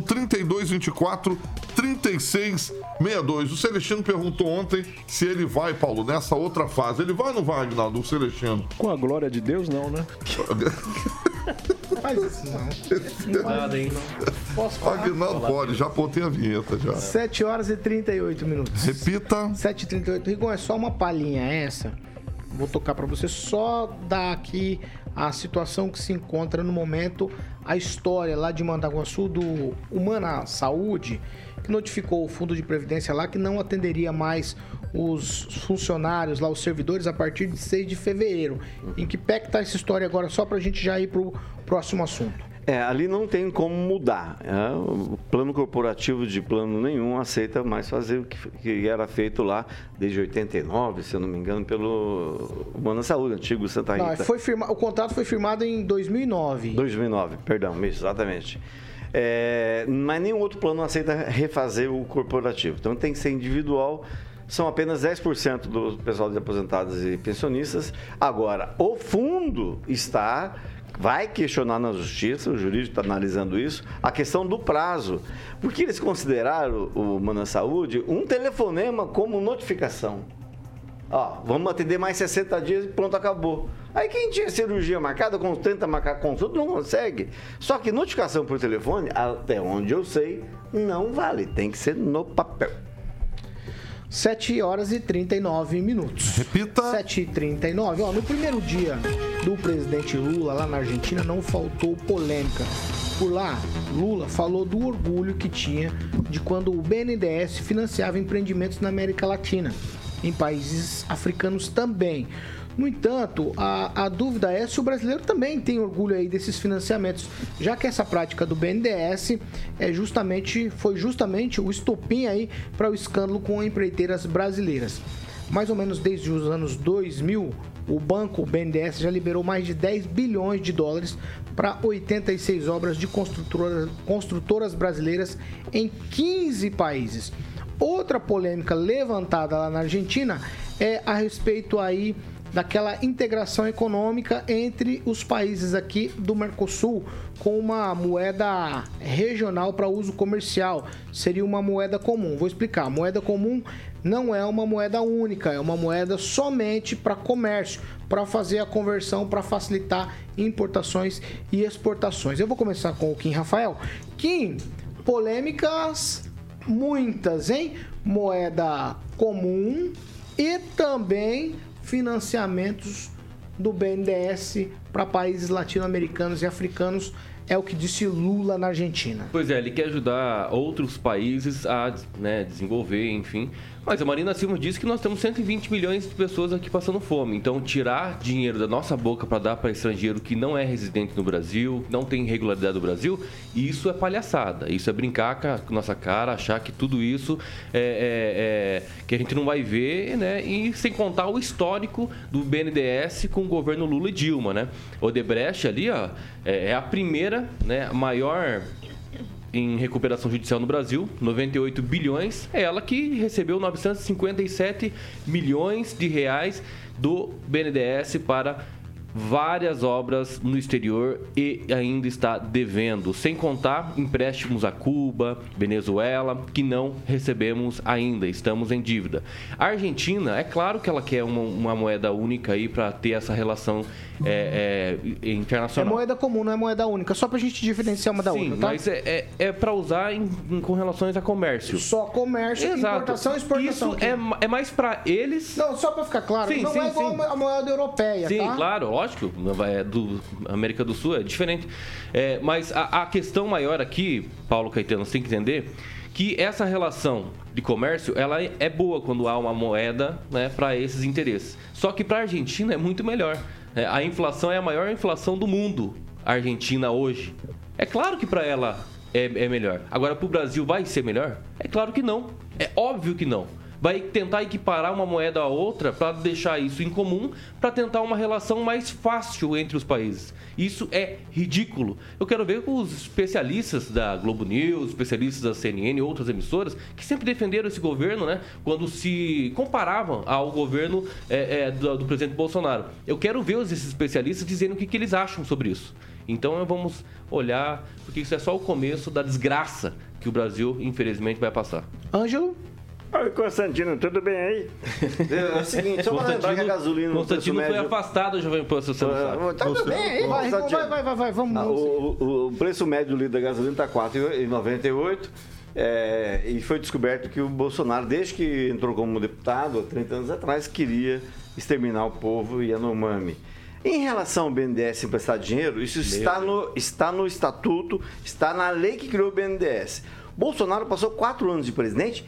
3224-3662. O Celestino perguntou ontem se ele vai, Paulo, nessa outra fase. Ele vai ou não vai, Aguinaldo, o Celestino? Com a glória de Deus, não, né? Não faz isso, não. Nada, hein? Posso falar? Aguinaldo pode, já apontei a vinheta já. 7 horas e 38 minutos. Repita. 7h38. Rigon, é só uma palhinha essa. Vou tocar para você só dar aqui a situação que se encontra no momento, a história lá de Mandaguaçu do Humana Saúde, que notificou o Fundo de Previdência lá que não atenderia mais os funcionários lá, os servidores, a partir de 6 de fevereiro. Em que pé que tá essa história agora, só pra gente já ir pro próximo assunto? Ali não tem como mudar. O plano corporativo de plano nenhum aceita mais fazer o que era feito lá desde 89, se eu não me engano, pelo Humana Saúde, antigo Santa Rita. Não, o contrato foi firmado em 2009. 2009, perdão, exatamente. Mas nenhum outro plano aceita refazer o corporativo. Então tem que ser individual. São apenas 10% do pessoal de aposentados e pensionistas. Agora, o fundo vai questionar na justiça, o jurídico está analisando isso, a questão do prazo. Porque eles consideraram o Humana Saúde um telefonema como notificação. Vamos atender mais 60 dias e pronto, acabou. Aí quem tinha cirurgia marcada, tenta marcar consulta, não consegue. Só que notificação por telefone, até onde eu sei, não vale. Tem que ser no papel. 7 horas e 39 minutos. Repita. 7h39. No primeiro dia do presidente Lula lá na Argentina não faltou polêmica. Por lá, Lula falou do orgulho que tinha de quando o BNDES financiava empreendimentos na América Latina, em países africanos também. No entanto, a dúvida é se o brasileiro também tem orgulho aí desses financiamentos, já que essa prática do BNDES foi justamente o estopim aí para o escândalo com empreiteiras brasileiras. Mais ou menos desde os anos 2000, o BNDES já liberou mais de 10 bilhões de dólares para 86 obras de construtoras brasileiras em 15 países. Outra polêmica levantada lá na Argentina é a respeito aí daquela integração econômica entre os países aqui do Mercosul com uma moeda regional para uso comercial. Seria uma moeda comum. Vou explicar. A moeda comum não é uma moeda única, é uma moeda somente para comércio, para fazer a conversão, para facilitar importações e exportações. Eu vou começar com o Kim Rafael. Kim, polêmicas muitas, hein? Moeda comum e também financiamentos do BNDES para países latino-americanos e africanos É o que disse Lula na Argentina. Pois é, ele quer ajudar outros países a desenvolver, enfim. Mas a Marina Silva disse que nós temos 120 milhões de pessoas aqui passando fome. Então, tirar dinheiro da nossa boca para dar para estrangeiro que não é residente no Brasil, não tem regularidade no Brasil, isso é palhaçada. Isso é brincar com a nossa cara, achar que tudo isso que a gente não vai ver, né? E sem contar o histórico do BNDES com o governo Lula e Dilma, né? Odebrecht ali, ó, é a primeira, né, maior em recuperação judicial no Brasil, 98 bilhões, é ela que recebeu 957 milhões de reais do BNDES para várias obras no exterior e ainda está devendo, sem contar empréstimos a Cuba, Venezuela, que não recebemos ainda, estamos em dívida. A Argentina, é claro que ela quer uma moeda única aí para ter essa relação internacional. É moeda comum, não é moeda única, só pra gente diferenciar uma da outra, tá? Mas é para usar com relações a comércio. Só comércio, exato. Importação e exportação. Isso é mais para eles... Não, só para ficar claro, não é igual a moeda europeia, sim, tá? Claro, lógico, do América do Sul é diferente. Mas a questão maior aqui, Paulo Caetano, você tem que entender que essa relação de comércio, ela é boa quando há uma moeda, né, para esses interesses. Só que para a Argentina é muito melhor. A inflação é a maior inflação do mundo, a Argentina hoje. É claro que para ela é melhor. Agora, para o Brasil vai ser melhor? É claro que não. É óbvio que não. Vai tentar equiparar uma moeda a outra para deixar isso em comum, para tentar uma relação mais fácil entre os países. Isso é ridículo. Eu quero ver os especialistas da Globo News, especialistas da CNN e outras emissoras, que sempre defenderam esse governo, né, quando se comparavam ao governo do presidente Bolsonaro. Eu quero ver esses especialistas dizendo o que eles acham sobre isso. Então vamos olhar, porque isso é só o começo da desgraça que o Brasil, infelizmente, vai passar. Ângelo? Oi, Constantino, tudo bem aí? É o seguinte, só para lembrar que a gasolina... Constantino foi afastado, Jovem Pan, se você não sabe. Tá tudo bem aí, vai, vamos. O preço médio do litro da gasolina está R$ 4,98 e foi descoberto que o Bolsonaro, desde que entrou como deputado, há 30 anos atrás, queria exterminar o povo Yanomami. Em relação ao BNDES emprestar dinheiro, isso está no estatuto, está na lei que criou o BNDES. Bolsonaro passou 4 anos de presidente,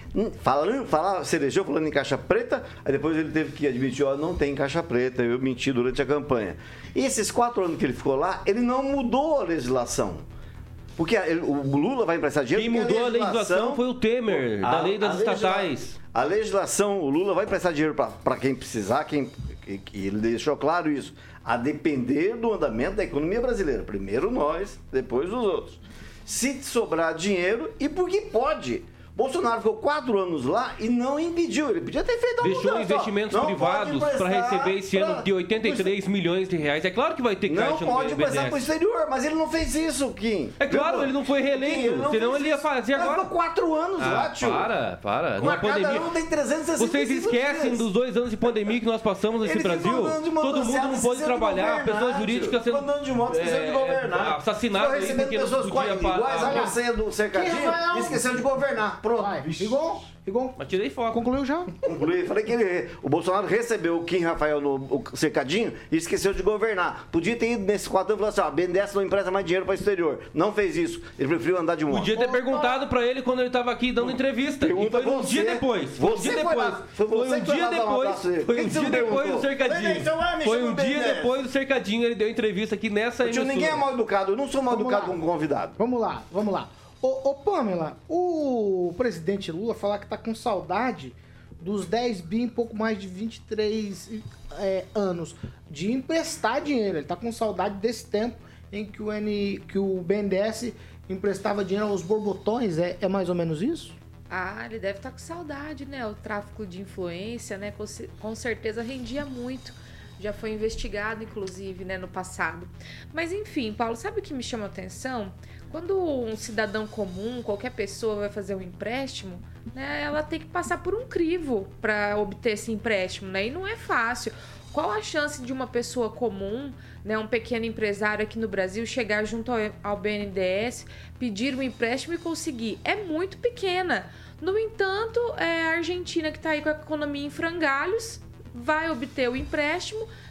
se elegeu falando em caixa preta, aí depois ele teve que admitir, não tem caixa preta, eu menti durante a campanha. E esses 4 anos que ele ficou lá, ele não mudou a legislação. Porque o Lula vai emprestar dinheiro... Quem mudou a legislação foi o Temer, da lei das estatais. A legislação, o Lula vai emprestar dinheiro para quem precisar, ele deixou claro isso, a depender do andamento da economia brasileira. Primeiro nós, depois os outros. Se sobrar dinheiro, e porque pode. Bolsonaro ficou 4 anos lá e não impediu. Ele podia ter feito uma mudança. Deixou investimentos privados para receber esse ano de 83 milhões de reais. É claro que vai ter caixa no BNDES. Não pode emprestar para o exterior, mas ele não fez isso, Kim. É claro, ele não foi reeleito. Senão ele ia fazer agora. Ele ficou 4 anos lá, tio. Para. Numa pandemia. Tem 365 Vocês esquecem dos 2 anos de pandemia que nós passamos nesse Brasil? Todo mundo não pôde trabalhar. Pessoas jurídicas sendo andando de moto, esquecendo de governar. Assassinadas aí porque pessoas iguais à senha do cercadinho e esqueceu de governar. Pronto. Rigon. Mas tirei foto. Concluiu já? Concluí. Falei que o Bolsonaro recebeu o Kim Rafael no cercadinho e esqueceu de governar. Podia ter ido nesses 4 anos e falar assim, BNDES não empresta mais dinheiro para o exterior. Não fez isso. Ele preferiu andar de moto. Podia ter perguntado para ele quando ele estava aqui dando entrevista. Pergunta e foi um dia depois. Foi um dia depois do cercadinho. Foi um dia depois do cercadinho. Ele deu entrevista aqui nessa emissora. Ninguém é mal educado. Eu não sou mal educado como convidado. Vamos lá. Ô Pamela, o presidente Lula fala que tá com saudade dos 10 bi em pouco mais de 23 anos de emprestar dinheiro. Ele tá com saudade desse tempo em que o BNDES emprestava dinheiro aos borbotões. É mais ou menos isso? Ele deve estar com saudade, né? O tráfico de influência, né? Com certeza rendia muito. Já foi investigado, inclusive, né, no passado. Mas, enfim, Paulo, sabe o que me chama a atenção? Quando um cidadão comum, qualquer pessoa vai fazer um empréstimo, né, ela tem que passar por um crivo para obter esse empréstimo, né? E não é fácil. Qual a chance de uma pessoa comum, né, um pequeno empresário aqui no Brasil, chegar junto ao BNDES, pedir um empréstimo e conseguir? É muito pequena. No entanto, a Argentina, que está aí com a economia em frangalhos, vai obter o empréstimo,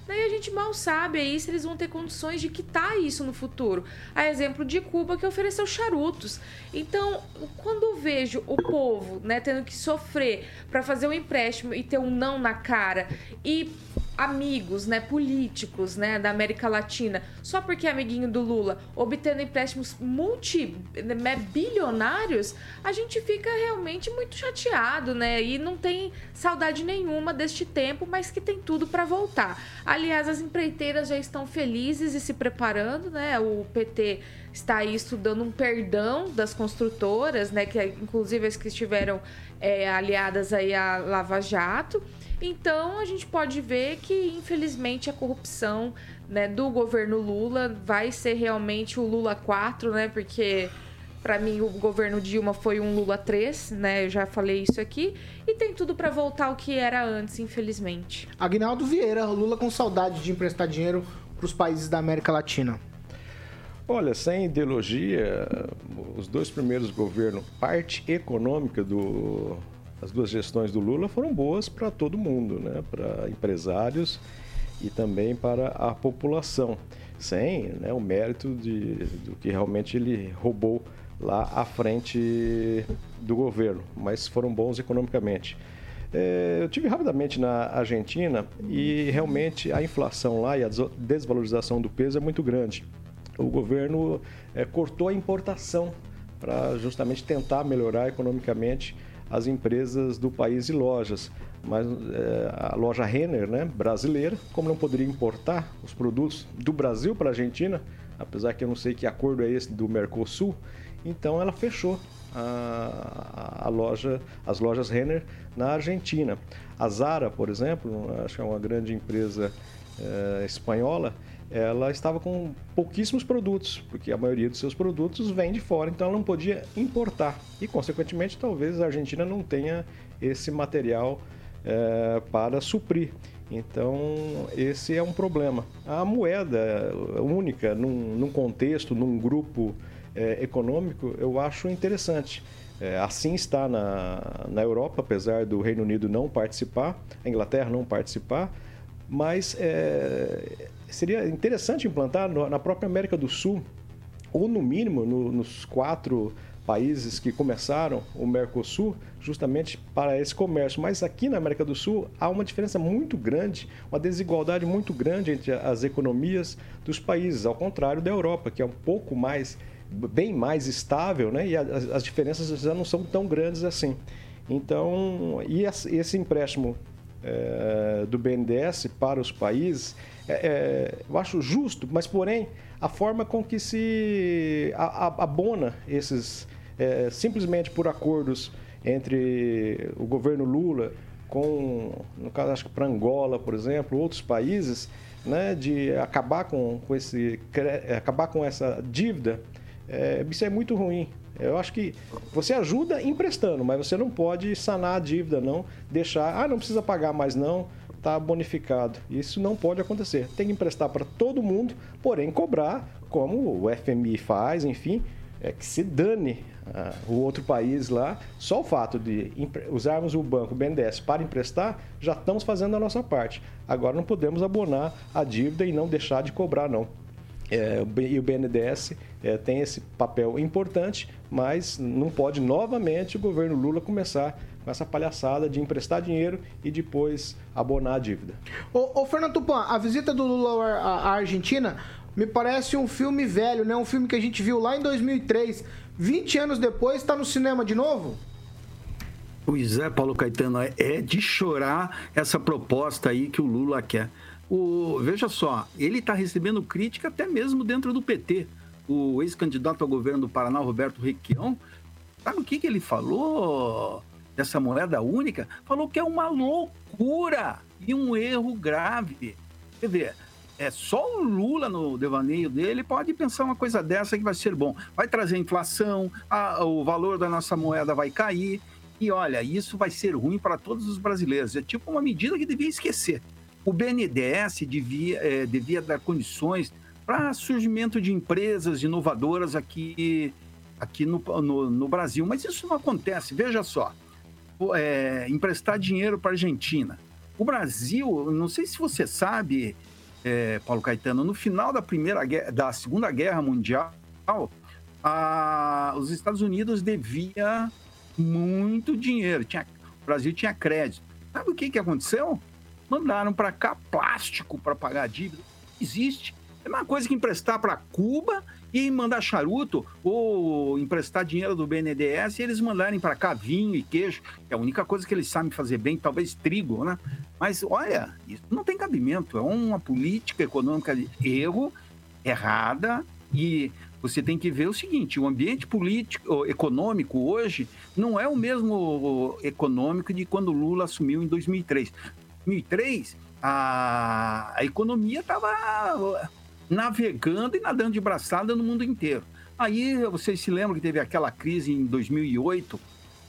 Daí a gente mal sabe aí se eles vão ter condições de quitar isso no futuro. A exemplo de Cuba, que ofereceu charutos. Então, quando eu vejo o povo, né, tendo que sofrer para fazer um empréstimo e ter um não na cara, e amigos, né, políticos, né, da América Latina, só porque é amiguinho do Lula, obtendo empréstimos bilionários, a gente fica realmente muito chateado, né, e não tem saudade nenhuma deste tempo, mas que tem tudo para voltar. Aliás, as empreiteiras já estão felizes e se preparando, né, o PT está aí estudando um perdão das construtoras, né, que inclusive as que estiveram aliadas aí à Lava Jato. Então, a gente pode ver que, infelizmente, a corrupção, né, do governo Lula vai ser realmente o Lula 4, né? Porque, para mim, o governo Dilma foi um Lula 3, né? Eu já falei isso aqui. E tem tudo para voltar ao que era antes, infelizmente. Aguinaldo Vieira, Lula com saudade de emprestar dinheiro para os países da América Latina. Olha, sem ideologia, os dois primeiros governos, parte econômica as duas gestões do Lula foram boas para todo mundo, né? Para empresários e também para a população, sem, né, o mérito do que realmente ele roubou lá à frente do governo, mas foram bons economicamente. Eu tive rapidamente na Argentina e realmente a inflação lá e a desvalorização do peso é muito grande. O governo cortou a importação para justamente tentar melhorar economicamente as empresas do país e lojas. Mas a loja Renner, né, brasileira, como não poderia importar os produtos do Brasil para a Argentina, apesar que eu não sei que acordo é esse do Mercosul, então ela fechou as lojas Renner na Argentina. A Zara, por exemplo, acho que é uma grande empresa espanhola, ela estava com pouquíssimos produtos, porque a maioria dos seus produtos vem de fora, então ela não podia importar. E, consequentemente, talvez a Argentina não tenha esse material para suprir. Então, esse é um problema. A moeda única, num contexto, num grupo econômico, eu acho interessante. Assim está na Europa, apesar do Reino Unido não participar, a Inglaterra não participar, mas seria interessante implantar na própria América do Sul, ou no mínimo nos 4 países que começaram o Mercosul, justamente para esse comércio. Mas aqui na América do Sul há uma diferença muito grande, uma desigualdade muito grande entre as economias dos países, ao contrário da Europa, que é um pouco bem mais estável, né? E as diferenças já não são tão grandes assim. Então, e esse empréstimo do BNDES para os países, eu acho justo, mas porém a forma com que se abona esses, simplesmente por acordos entre o governo Lula com, no caso acho que para Angola, por exemplo, outros países, né, de acabar com essa dívida, isso é muito ruim. Eu acho que você ajuda emprestando, mas você não pode sanar a dívida, não deixar, não precisa pagar mais não, está bonificado. Isso não pode acontecer. Tem que emprestar para todo mundo, porém cobrar, como o FMI faz, enfim, que se dane o outro país lá. Só o fato de usarmos o banco, o BNDES, para emprestar, já estamos fazendo a nossa parte. Agora não podemos abonar a dívida e não deixar de cobrar, não. E o BNDES tem esse papel importante, mas não pode novamente o governo Lula começar com essa palhaçada de emprestar dinheiro e depois abonar a dívida. Ô Fernando Tupan, a visita do Lula à Argentina me parece um filme velho, né? Um filme que a gente viu lá em 2003. 20 anos depois, está no cinema de novo? Pois é, Paulo Caetano, é de chorar essa proposta aí que o Lula quer. Veja só, ele está recebendo crítica até mesmo dentro do PT. O ex-candidato ao governo do Paraná, Roberto Requião, sabe o que ele falou dessa moeda única? Falou que é uma loucura e um erro grave. Quer dizer, só o Lula, no devaneio dele, pode pensar uma coisa dessa que vai ser bom. Vai trazer inflação, o valor da nossa moeda vai cair. E olha, isso vai ser ruim para todos os brasileiros. É tipo uma medida que devia esquecer. O BNDES devia dar condições para surgimento de empresas inovadoras aqui no Brasil. Mas isso não acontece. Veja só, emprestar dinheiro para a Argentina. O Brasil, não sei se você sabe, Paulo Caetano, no final da Segunda Guerra Mundial, os Estados Unidos devia muito dinheiro. O Brasil tinha crédito. Sabe o que aconteceu? Mandaram para cá plástico para pagar a dívida. Existe. É uma coisa que emprestar para Cuba e mandar charuto, ou emprestar dinheiro do BNDES e eles mandarem para cá vinho e queijo, que é a única coisa que eles sabem fazer bem, talvez trigo, né? Mas, olha, isso não tem cabimento. É uma política econômica de erro, errada, e você tem que ver o seguinte, o ambiente político, econômico hoje não é o mesmo econômico de quando Lula assumiu em 2003. Em 2003, a economia estava navegando e nadando de braçada no mundo inteiro. Aí, vocês se lembram que teve aquela crise em 2008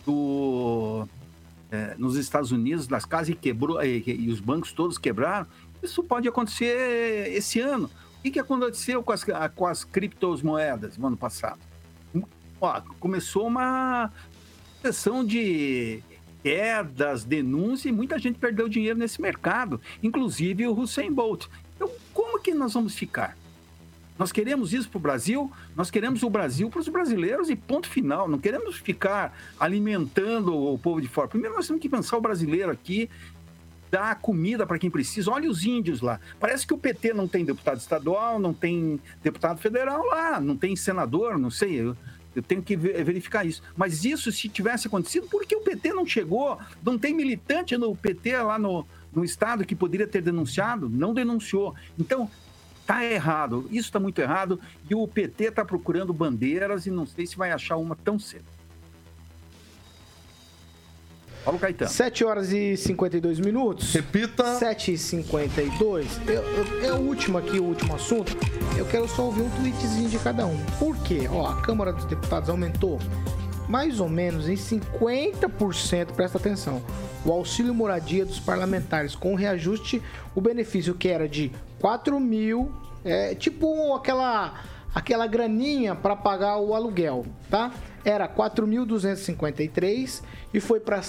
nos Estados Unidos, das casas, e quebrou, e os bancos todos quebraram. Isso pode acontecer esse ano. O que aconteceu com as criptomoedas no ano passado? Começou uma sessão de quedas, denúncias, e muita gente perdeu dinheiro nesse mercado, inclusive o Usain Bolt. Então, como que nós vamos ficar? Nós queremos isso para o Brasil, nós queremos o Brasil para os brasileiros e ponto final. Não queremos ficar alimentando o povo de fora. Primeiro nós temos que pensar o brasileiro aqui, dar comida para quem precisa. Olha os índios lá. Parece que o PT não tem deputado estadual, não tem deputado federal lá, não tem senador, não sei. Eu tenho que verificar isso. Mas isso, se tivesse acontecido, por que o PT não chegou? Não tem militante no PT lá no estado que poderia ter denunciado? Não denunciou. Então, está errado. Isso está muito errado. E o PT está procurando bandeiras e não sei se vai achar uma tão cedo. Paulo Caetano. 7 horas e 52 minutos. Repita. 7h52. É o último aqui, o último assunto. Eu quero só ouvir um tweetzinho de cada um. Por quê? A Câmara dos Deputados aumentou mais ou menos em 50%, presta atenção, o auxílio moradia dos parlamentares. Com o reajuste, o benefício que era de 4 mil, tipo aquela graninha para pagar o aluguel, tá? Era 4.253 e foi para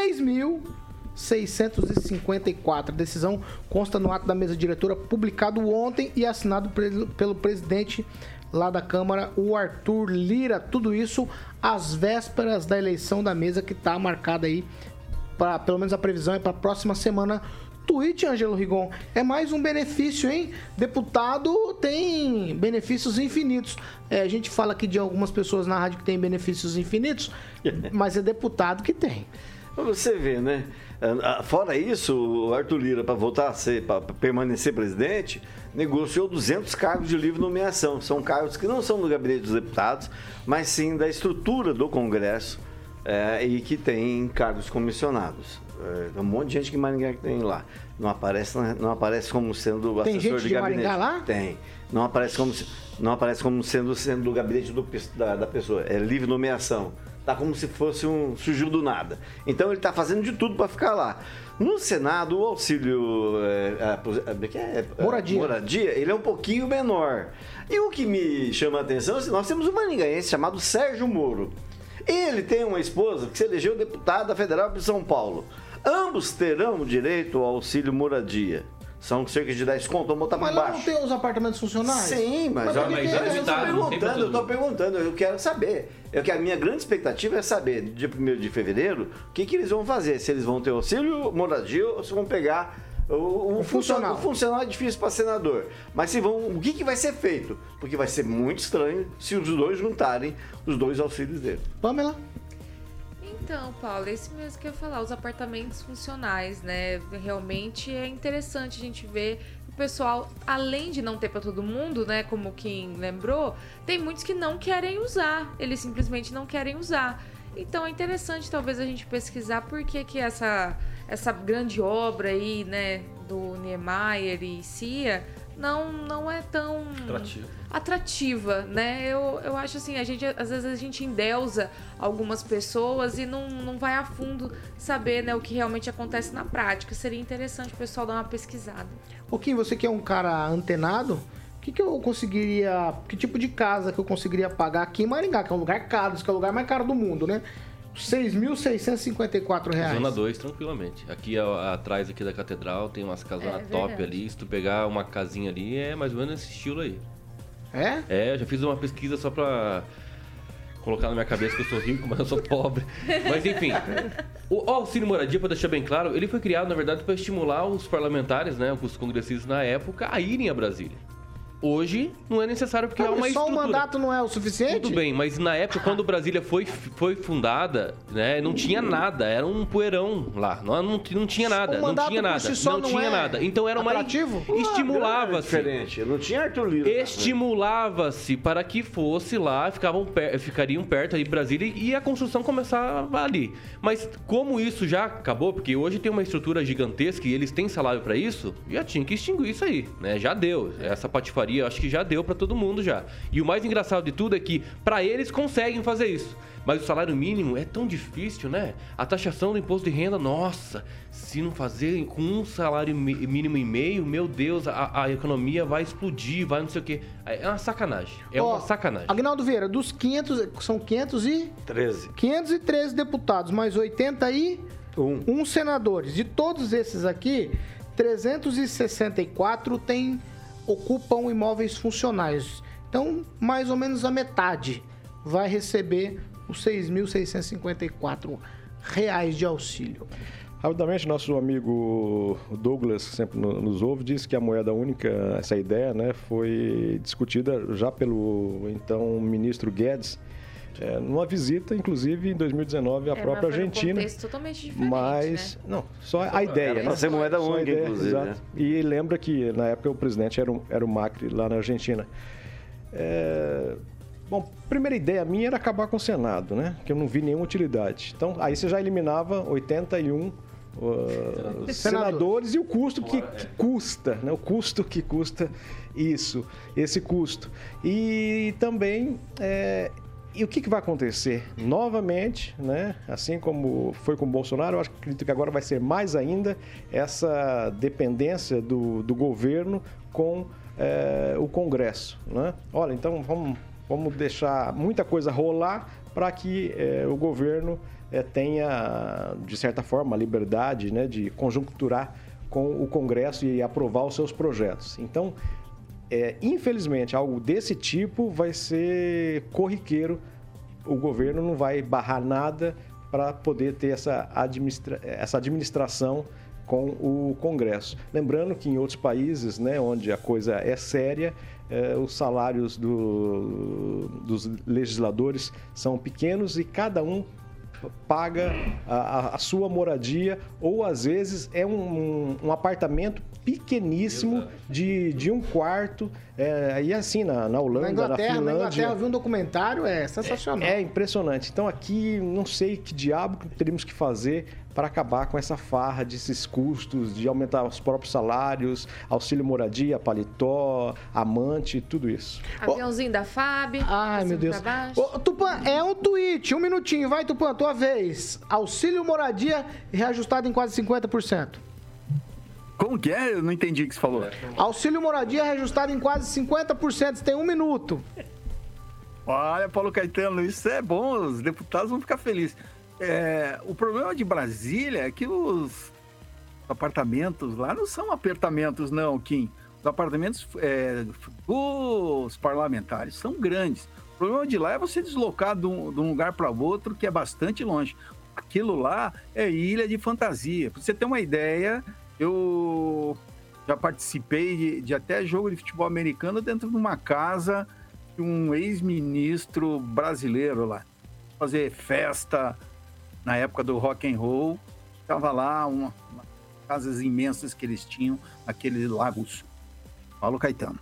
6.654. A decisão consta no ato da mesa diretora publicado ontem e assinado pelo presidente lá da Câmara, o Arthur Lira. Tudo isso às vésperas da eleição da mesa, que está marcada aí, pelo menos a previsão é para a próxima semana. Tweet, Ângelo Rigon, é mais um benefício, hein? Deputado tem benefícios infinitos. A gente fala aqui de algumas pessoas na rádio que tem benefícios infinitos, mas é deputado que tem. Você vê, né? Fora isso, o Arthur Lira, para voltar a ser, para permanecer presidente, negociou 200 cargos de livre nomeação. São cargos que não são do gabinete dos deputados, mas sim da estrutura do Congresso, e que tem cargos comissionados. Tem um monte de gente que Maringá que tem lá. Não aparece como sendo tem assessor de gabinete. Maringá lá? Tem. Não aparece como sendo do gabinete da pessoa. É livre nomeação. Tá como se fosse surgiu do nada. Então ele tá fazendo de tudo para ficar lá. No Senado, o auxílio moradia, ele é um pouquinho menor. E o que me chama a atenção é que nós temos um maringaense chamado Sérgio Moro. Ele tem uma esposa que se elegeu deputada federal de São Paulo. Ambos terão direito ao auxílio moradia. São cerca de 10 conto, vamos botar para baixo. Mas não tem os apartamentos funcionais? Sim, mas eu estou perguntando, eu quero saber. A minha grande expectativa é saber, dia 1º de fevereiro, o que eles vão fazer. Se eles vão ter auxílio moradia ou se vão pegar o funcional. O funcional é difícil para senador. Mas o que vai ser feito? Porque vai ser muito estranho se os dois juntarem os dois auxílios dele. Pamela? Então, Paulo, esse mesmo que eu ia falar, os apartamentos funcionais, né? Realmente é interessante a gente ver o pessoal, além de não ter para todo mundo, né? Como quem lembrou, tem muitos que não querem usar, eles simplesmente não querem usar. Então é interessante talvez a gente pesquisar por que essa grande obra aí, né? Do Niemeyer e Cia não é tão atrativa, né? Eu acho assim, às vezes a gente endeusa algumas pessoas e não vai a fundo saber, né, o que realmente acontece na prática. Seria interessante o pessoal dar uma pesquisada. Kim, você que é um cara antenado, que tipo de casa que eu conseguiria pagar aqui em Maringá, que é um lugar caro, que é o lugar mais caro do mundo, né? R$6.654. Zona 2, tranquilamente. Aqui atrás aqui da catedral tem umas casonas top ali. Se tu pegar uma casinha ali, é mais ou menos esse estilo aí. É? É, eu já fiz uma pesquisa só pra colocar na minha cabeça que eu sou rico, mas eu sou pobre. Mas enfim, o auxílio moradia, para deixar bem claro, ele foi criado, na verdade, para estimular os parlamentares, né, os congressistas na época, a irem a Brasília. Hoje, não é necessário porque há uma estrutura. Só o mandato não é o suficiente? Tudo bem, mas na época, quando Brasília foi fundada, né, não tinha nada, era um poeirão lá, não tinha nada, não tinha nada, não tinha nada. Então era uma... Estimulava-se. Diferente, não tinha Arthur Lira. Estimulava-se para que fosse lá, ficariam perto aí de Brasília e a construção começava ali. Mas como isso já acabou, porque hoje tem uma estrutura gigantesca e eles têm salário para isso, já tinha que extinguir isso aí, né? Já deu, essa patifaria eu acho que já deu pra todo mundo já. E o mais engraçado de tudo é que pra eles conseguem fazer isso. Mas o salário mínimo é tão difícil, né? A taxação do imposto de renda, nossa, se não fazer com um salário mínimo e meio, meu Deus, a economia vai explodir, vai não sei o quê. É uma sacanagem. É uma sacanagem. Aguinaldo Vieira, dos 500, são 513 deputados, mais 81 senadores. De todos esses aqui, 364 ocupam imóveis funcionais. Então, mais ou menos a metade vai receber os R$6.654 de auxílio. Rapidamente, nosso amigo Douglas, que sempre nos ouve, disse que a moeda única, essa ideia, né, foi discutida já pelo então ministro Guedes, numa visita, inclusive, em 2019, à própria Argentina. Um contexto totalmente diferente, mas, né? Não, só a ideia. Para ser moeda única, inclusive. Exato. Né? E lembra que, na época, o presidente era o Macri, lá na Argentina. Bom, primeira ideia minha era acabar com o Senado, né? Que eu não vi nenhuma utilidade. Então, aí você já eliminava 81 senadores e o custo que custa, né? O custo que custa esse custo. E também... E o que vai acontecer? Novamente, né? Assim como foi com o Bolsonaro, eu acredito que agora vai ser mais ainda essa dependência do governo com o Congresso, né? Olha, então vamos deixar muita coisa rolar para que o governo tenha, de certa forma, a liberdade, né, de conjunturar com o Congresso e aprovar os seus projetos. Então, infelizmente, algo desse tipo vai ser corriqueiro. O governo não vai barrar nada para poder ter essa administração com o Congresso. Lembrando que em outros países, né, onde a coisa é séria, os salários dos legisladores são pequenos e cada um paga a sua moradia, ou às vezes é um apartamento pequeníssimo de um quarto, e assim na Holanda, na Finlândia. Na Inglaterra, eu vi um documentário, sensacional. É impressionante. Então aqui, não sei que diabo que teríamos que fazer para acabar com essa farra desses custos, de aumentar os próprios salários, auxílio moradia, paletó, amante, tudo isso. Aviãozinho da FAB. Ai, meu Deus. Tupã, é um tweet, um minutinho. Vai, Tupã, tua vez. Auxílio moradia reajustado em quase 50%. Como que é? Eu não entendi o que você falou. Auxílio moradia reajustado em quase 50%. Você tem um minuto. Olha, Paulo Caetano, isso é bom. Os deputados vão ficar felizes. O problema de Brasília é que os apartamentos lá não são apartamentos, não, Kim. Os apartamentos dos parlamentares são grandes. O problema de lá é você deslocar de um lugar para outro, que é bastante longe. Aquilo lá é ilha de fantasia. Para você ter uma ideia, eu já participei de até jogo de futebol americano dentro de uma casa de um ex-ministro brasileiro lá. Fazer festa na época do rock and roll. Estava lá, casas imensas que eles tinham, aquele Lago Sul. Paulo Caetano.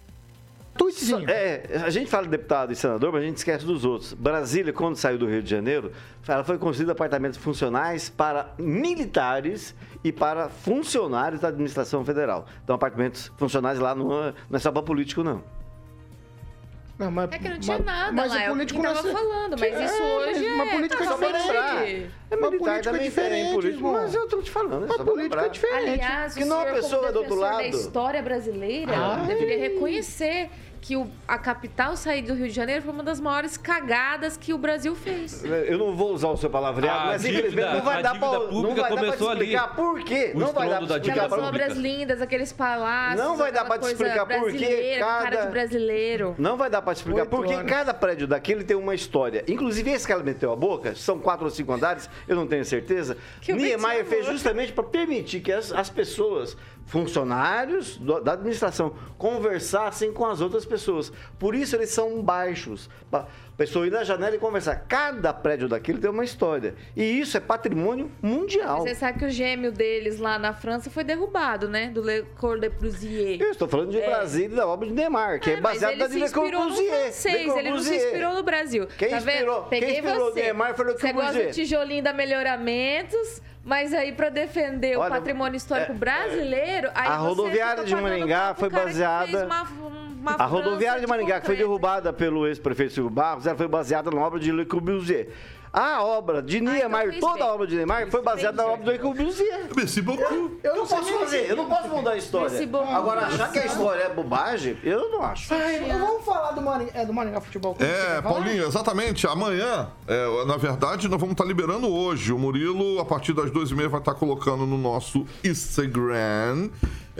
A gente fala de deputado e senador, mas a gente esquece dos outros. Brasília, quando saiu do Rio de Janeiro, ela foi construída apartamentos funcionais para militares e para funcionários da administração federal. Então, apartamentos funcionais lá não é só para político, não. Não, mas, é que não tinha nada lá, é o que tava falando, mas isso hoje uma política diferente. Uma política diferente, mas eu tô te falando. Uma política diferente. Aliás, o senhor, como defensor da história brasileira, deveria reconhecer que a capital sair do Rio de Janeiro foi uma das maiores cagadas que o Brasil fez. Eu não vou usar o seu palavreado, mas infelizmente não vai dar para explicar por quê. Não vai dar para explicar. Aquelas obras lindas, aqueles palácios. Não vai dar para te explicar por quê cara de brasileiro. Não vai dar para te explicar por que cada prédio daquele tem uma história. Inclusive esse que ela meteu a boca, são 4 ou 5 andares, eu não tenho certeza. Niemeyer fez justamente para permitir que as pessoas, funcionários da administração, conversassem com as outras pessoas. Por isso eles são baixos. A pessoa ir na janela e conversar. Cada prédio daquele tem uma história. E isso é patrimônio mundial. Você sabe que o gêmeo deles lá na França foi derrubado, né? Do Le Corbusier. Eu estou falando de Brasília, da obra de Neymar, que é baseada na Le Corbusier. Ele não se inspirou no Brasil. Quem tá inspirou? Peguei Quem inspirou você. Neymar foi Le Corbusier. Você gosta do tijolinho da Melhoramentos, mas aí para defender o patrimônio histórico brasileiro... Aí a rodoviária de Maringá foi baseada... A rodoviária de Maringá, que foi derrubada pelo ex-prefeito Silvio Barros, ela foi baseada na obra de Le Corbusier. A obra de Niemeyer, toda a obra de Niemeyer foi baseada na obra do Le Corbusier. Eu não posso fazer, eu não posso mudar a história. Agora, achar que a história é bobagem, eu não acho. Vamos falar do Maringá Futebol Clube. Paulinho, exatamente. Amanhã, na verdade, nós vamos estar liberando hoje. O Murilo, a partir das 2h30, vai estar colocando no nosso Instagram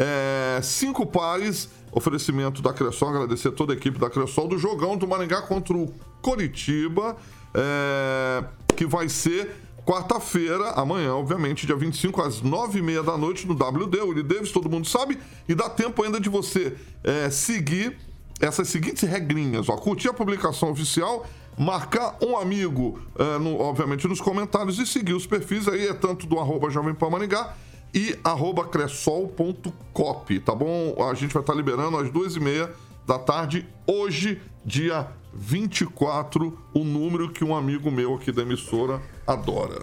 5 pares. Oferecimento da Cressol, agradecer a toda a equipe da Cressol, do jogão do Maringá contra o Coritiba, que vai ser quarta-feira, amanhã, obviamente, dia 25, às 9h30 da noite, no WD, o Willie Davis, todo mundo sabe, e dá tempo ainda de você seguir essas seguintes regrinhas, ó, curtir a publicação oficial, marcar um amigo, obviamente, nos comentários, e seguir os perfis aí, tanto do @Jovem Pan Maringá, e @cressol.cop, tá bom? A gente vai estar liberando às 2h30 da tarde, hoje, dia 24, o número que um amigo meu aqui da emissora adora.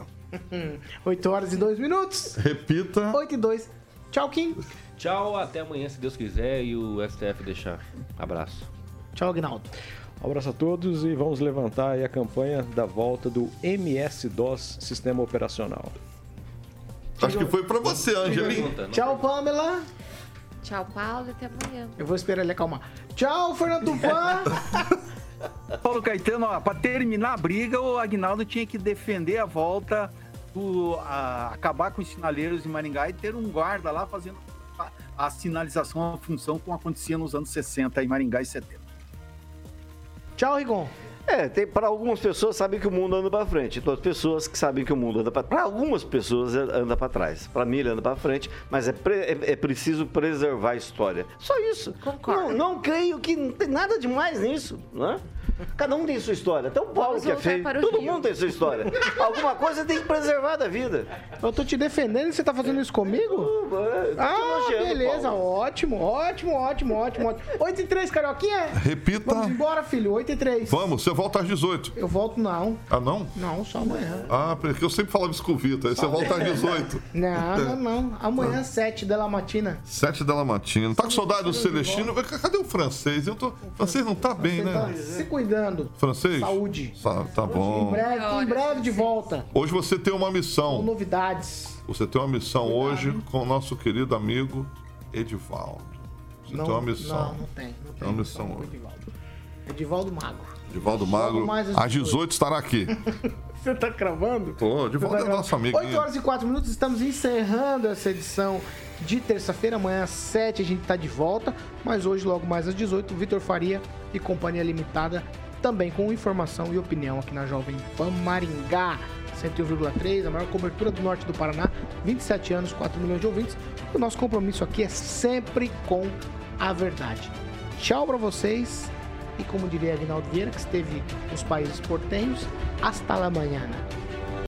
8h02. Repita. 8h02. Tchau, Kim. Tchau, até amanhã, se Deus quiser, e o STF deixar. Abraço. Tchau, Aguinaldo. Um abraço a todos e vamos levantar aí a campanha da volta do MS-DOS Sistema Operacional. Acho que foi pra você, Angelim. Tchau, Pamela. Tchau, Paulo. Até amanhã. Eu vou esperar ele acalmar. Tchau, Fernando Tupan. Paulo Caetano, para terminar a briga, o Aguinaldo tinha que defender a volta, acabar com os sinaleiros em Maringá e ter um guarda lá fazendo a sinalização, a função como acontecia nos anos 60 em Maringá e 70. Tchau, Rigon. Para algumas pessoas sabem que o mundo anda para frente. Então, as pessoas que sabem que o mundo anda para trás. Para algumas pessoas anda para trás. Para mim ele anda para frente, mas é preciso preservar a história. Só isso. Concordo. Não creio que não tem nada demais nisso, né? Cada um tem sua hisória. Até o Paulo que é feio. Todo mundo tem sua história. Alguma coisa tem que preservar da vida. Eu tô te defendendo e você tá fazendo isso comigo? Beleza. Paulo. Ótimo. 8h03, Carioquinha. Repita. Vamos embora, filho. 8h03. Vamos, você volta às 18. Eu volto não. Ah, não? Não, só amanhã. Porque eu sempre falava isso com o Vitor. Aí você volta às 18. Não. Amanhã, 7 da matina. 7 da matina. Tá com saudade do Celestino? Cadê o francês? O francês não tá bem, né? Tá se cuidando. Francês? Saúde. Tá bom. Em breve de volta. Hoje você tem uma missão. Com novidades. Você tem uma missão hoje com o nosso querido amigo Edivaldo. Você tem uma missão. Não tem. Tem uma missão hoje. Edivaldo Magro. Edivaldo Magro, às 18 estará aqui. Você tá cravando? Tô, Edivaldo é nosso amigo. 8h04, estamos encerrando essa edição de terça-feira. Amanhã às 7 a gente tá de volta, mas hoje, logo mais às 18, Vitor Faria e Companhia Limitada, também com informação e opinião aqui na Jovem Pan Maringá. 101,3, a maior cobertura do norte do Paraná, 27 anos, 4 milhões de ouvintes. O nosso compromisso aqui é sempre com a verdade. Tchau pra vocês. E como diria Aguinaldo Vieira, que esteve nos países portenhos, hasta la mañana.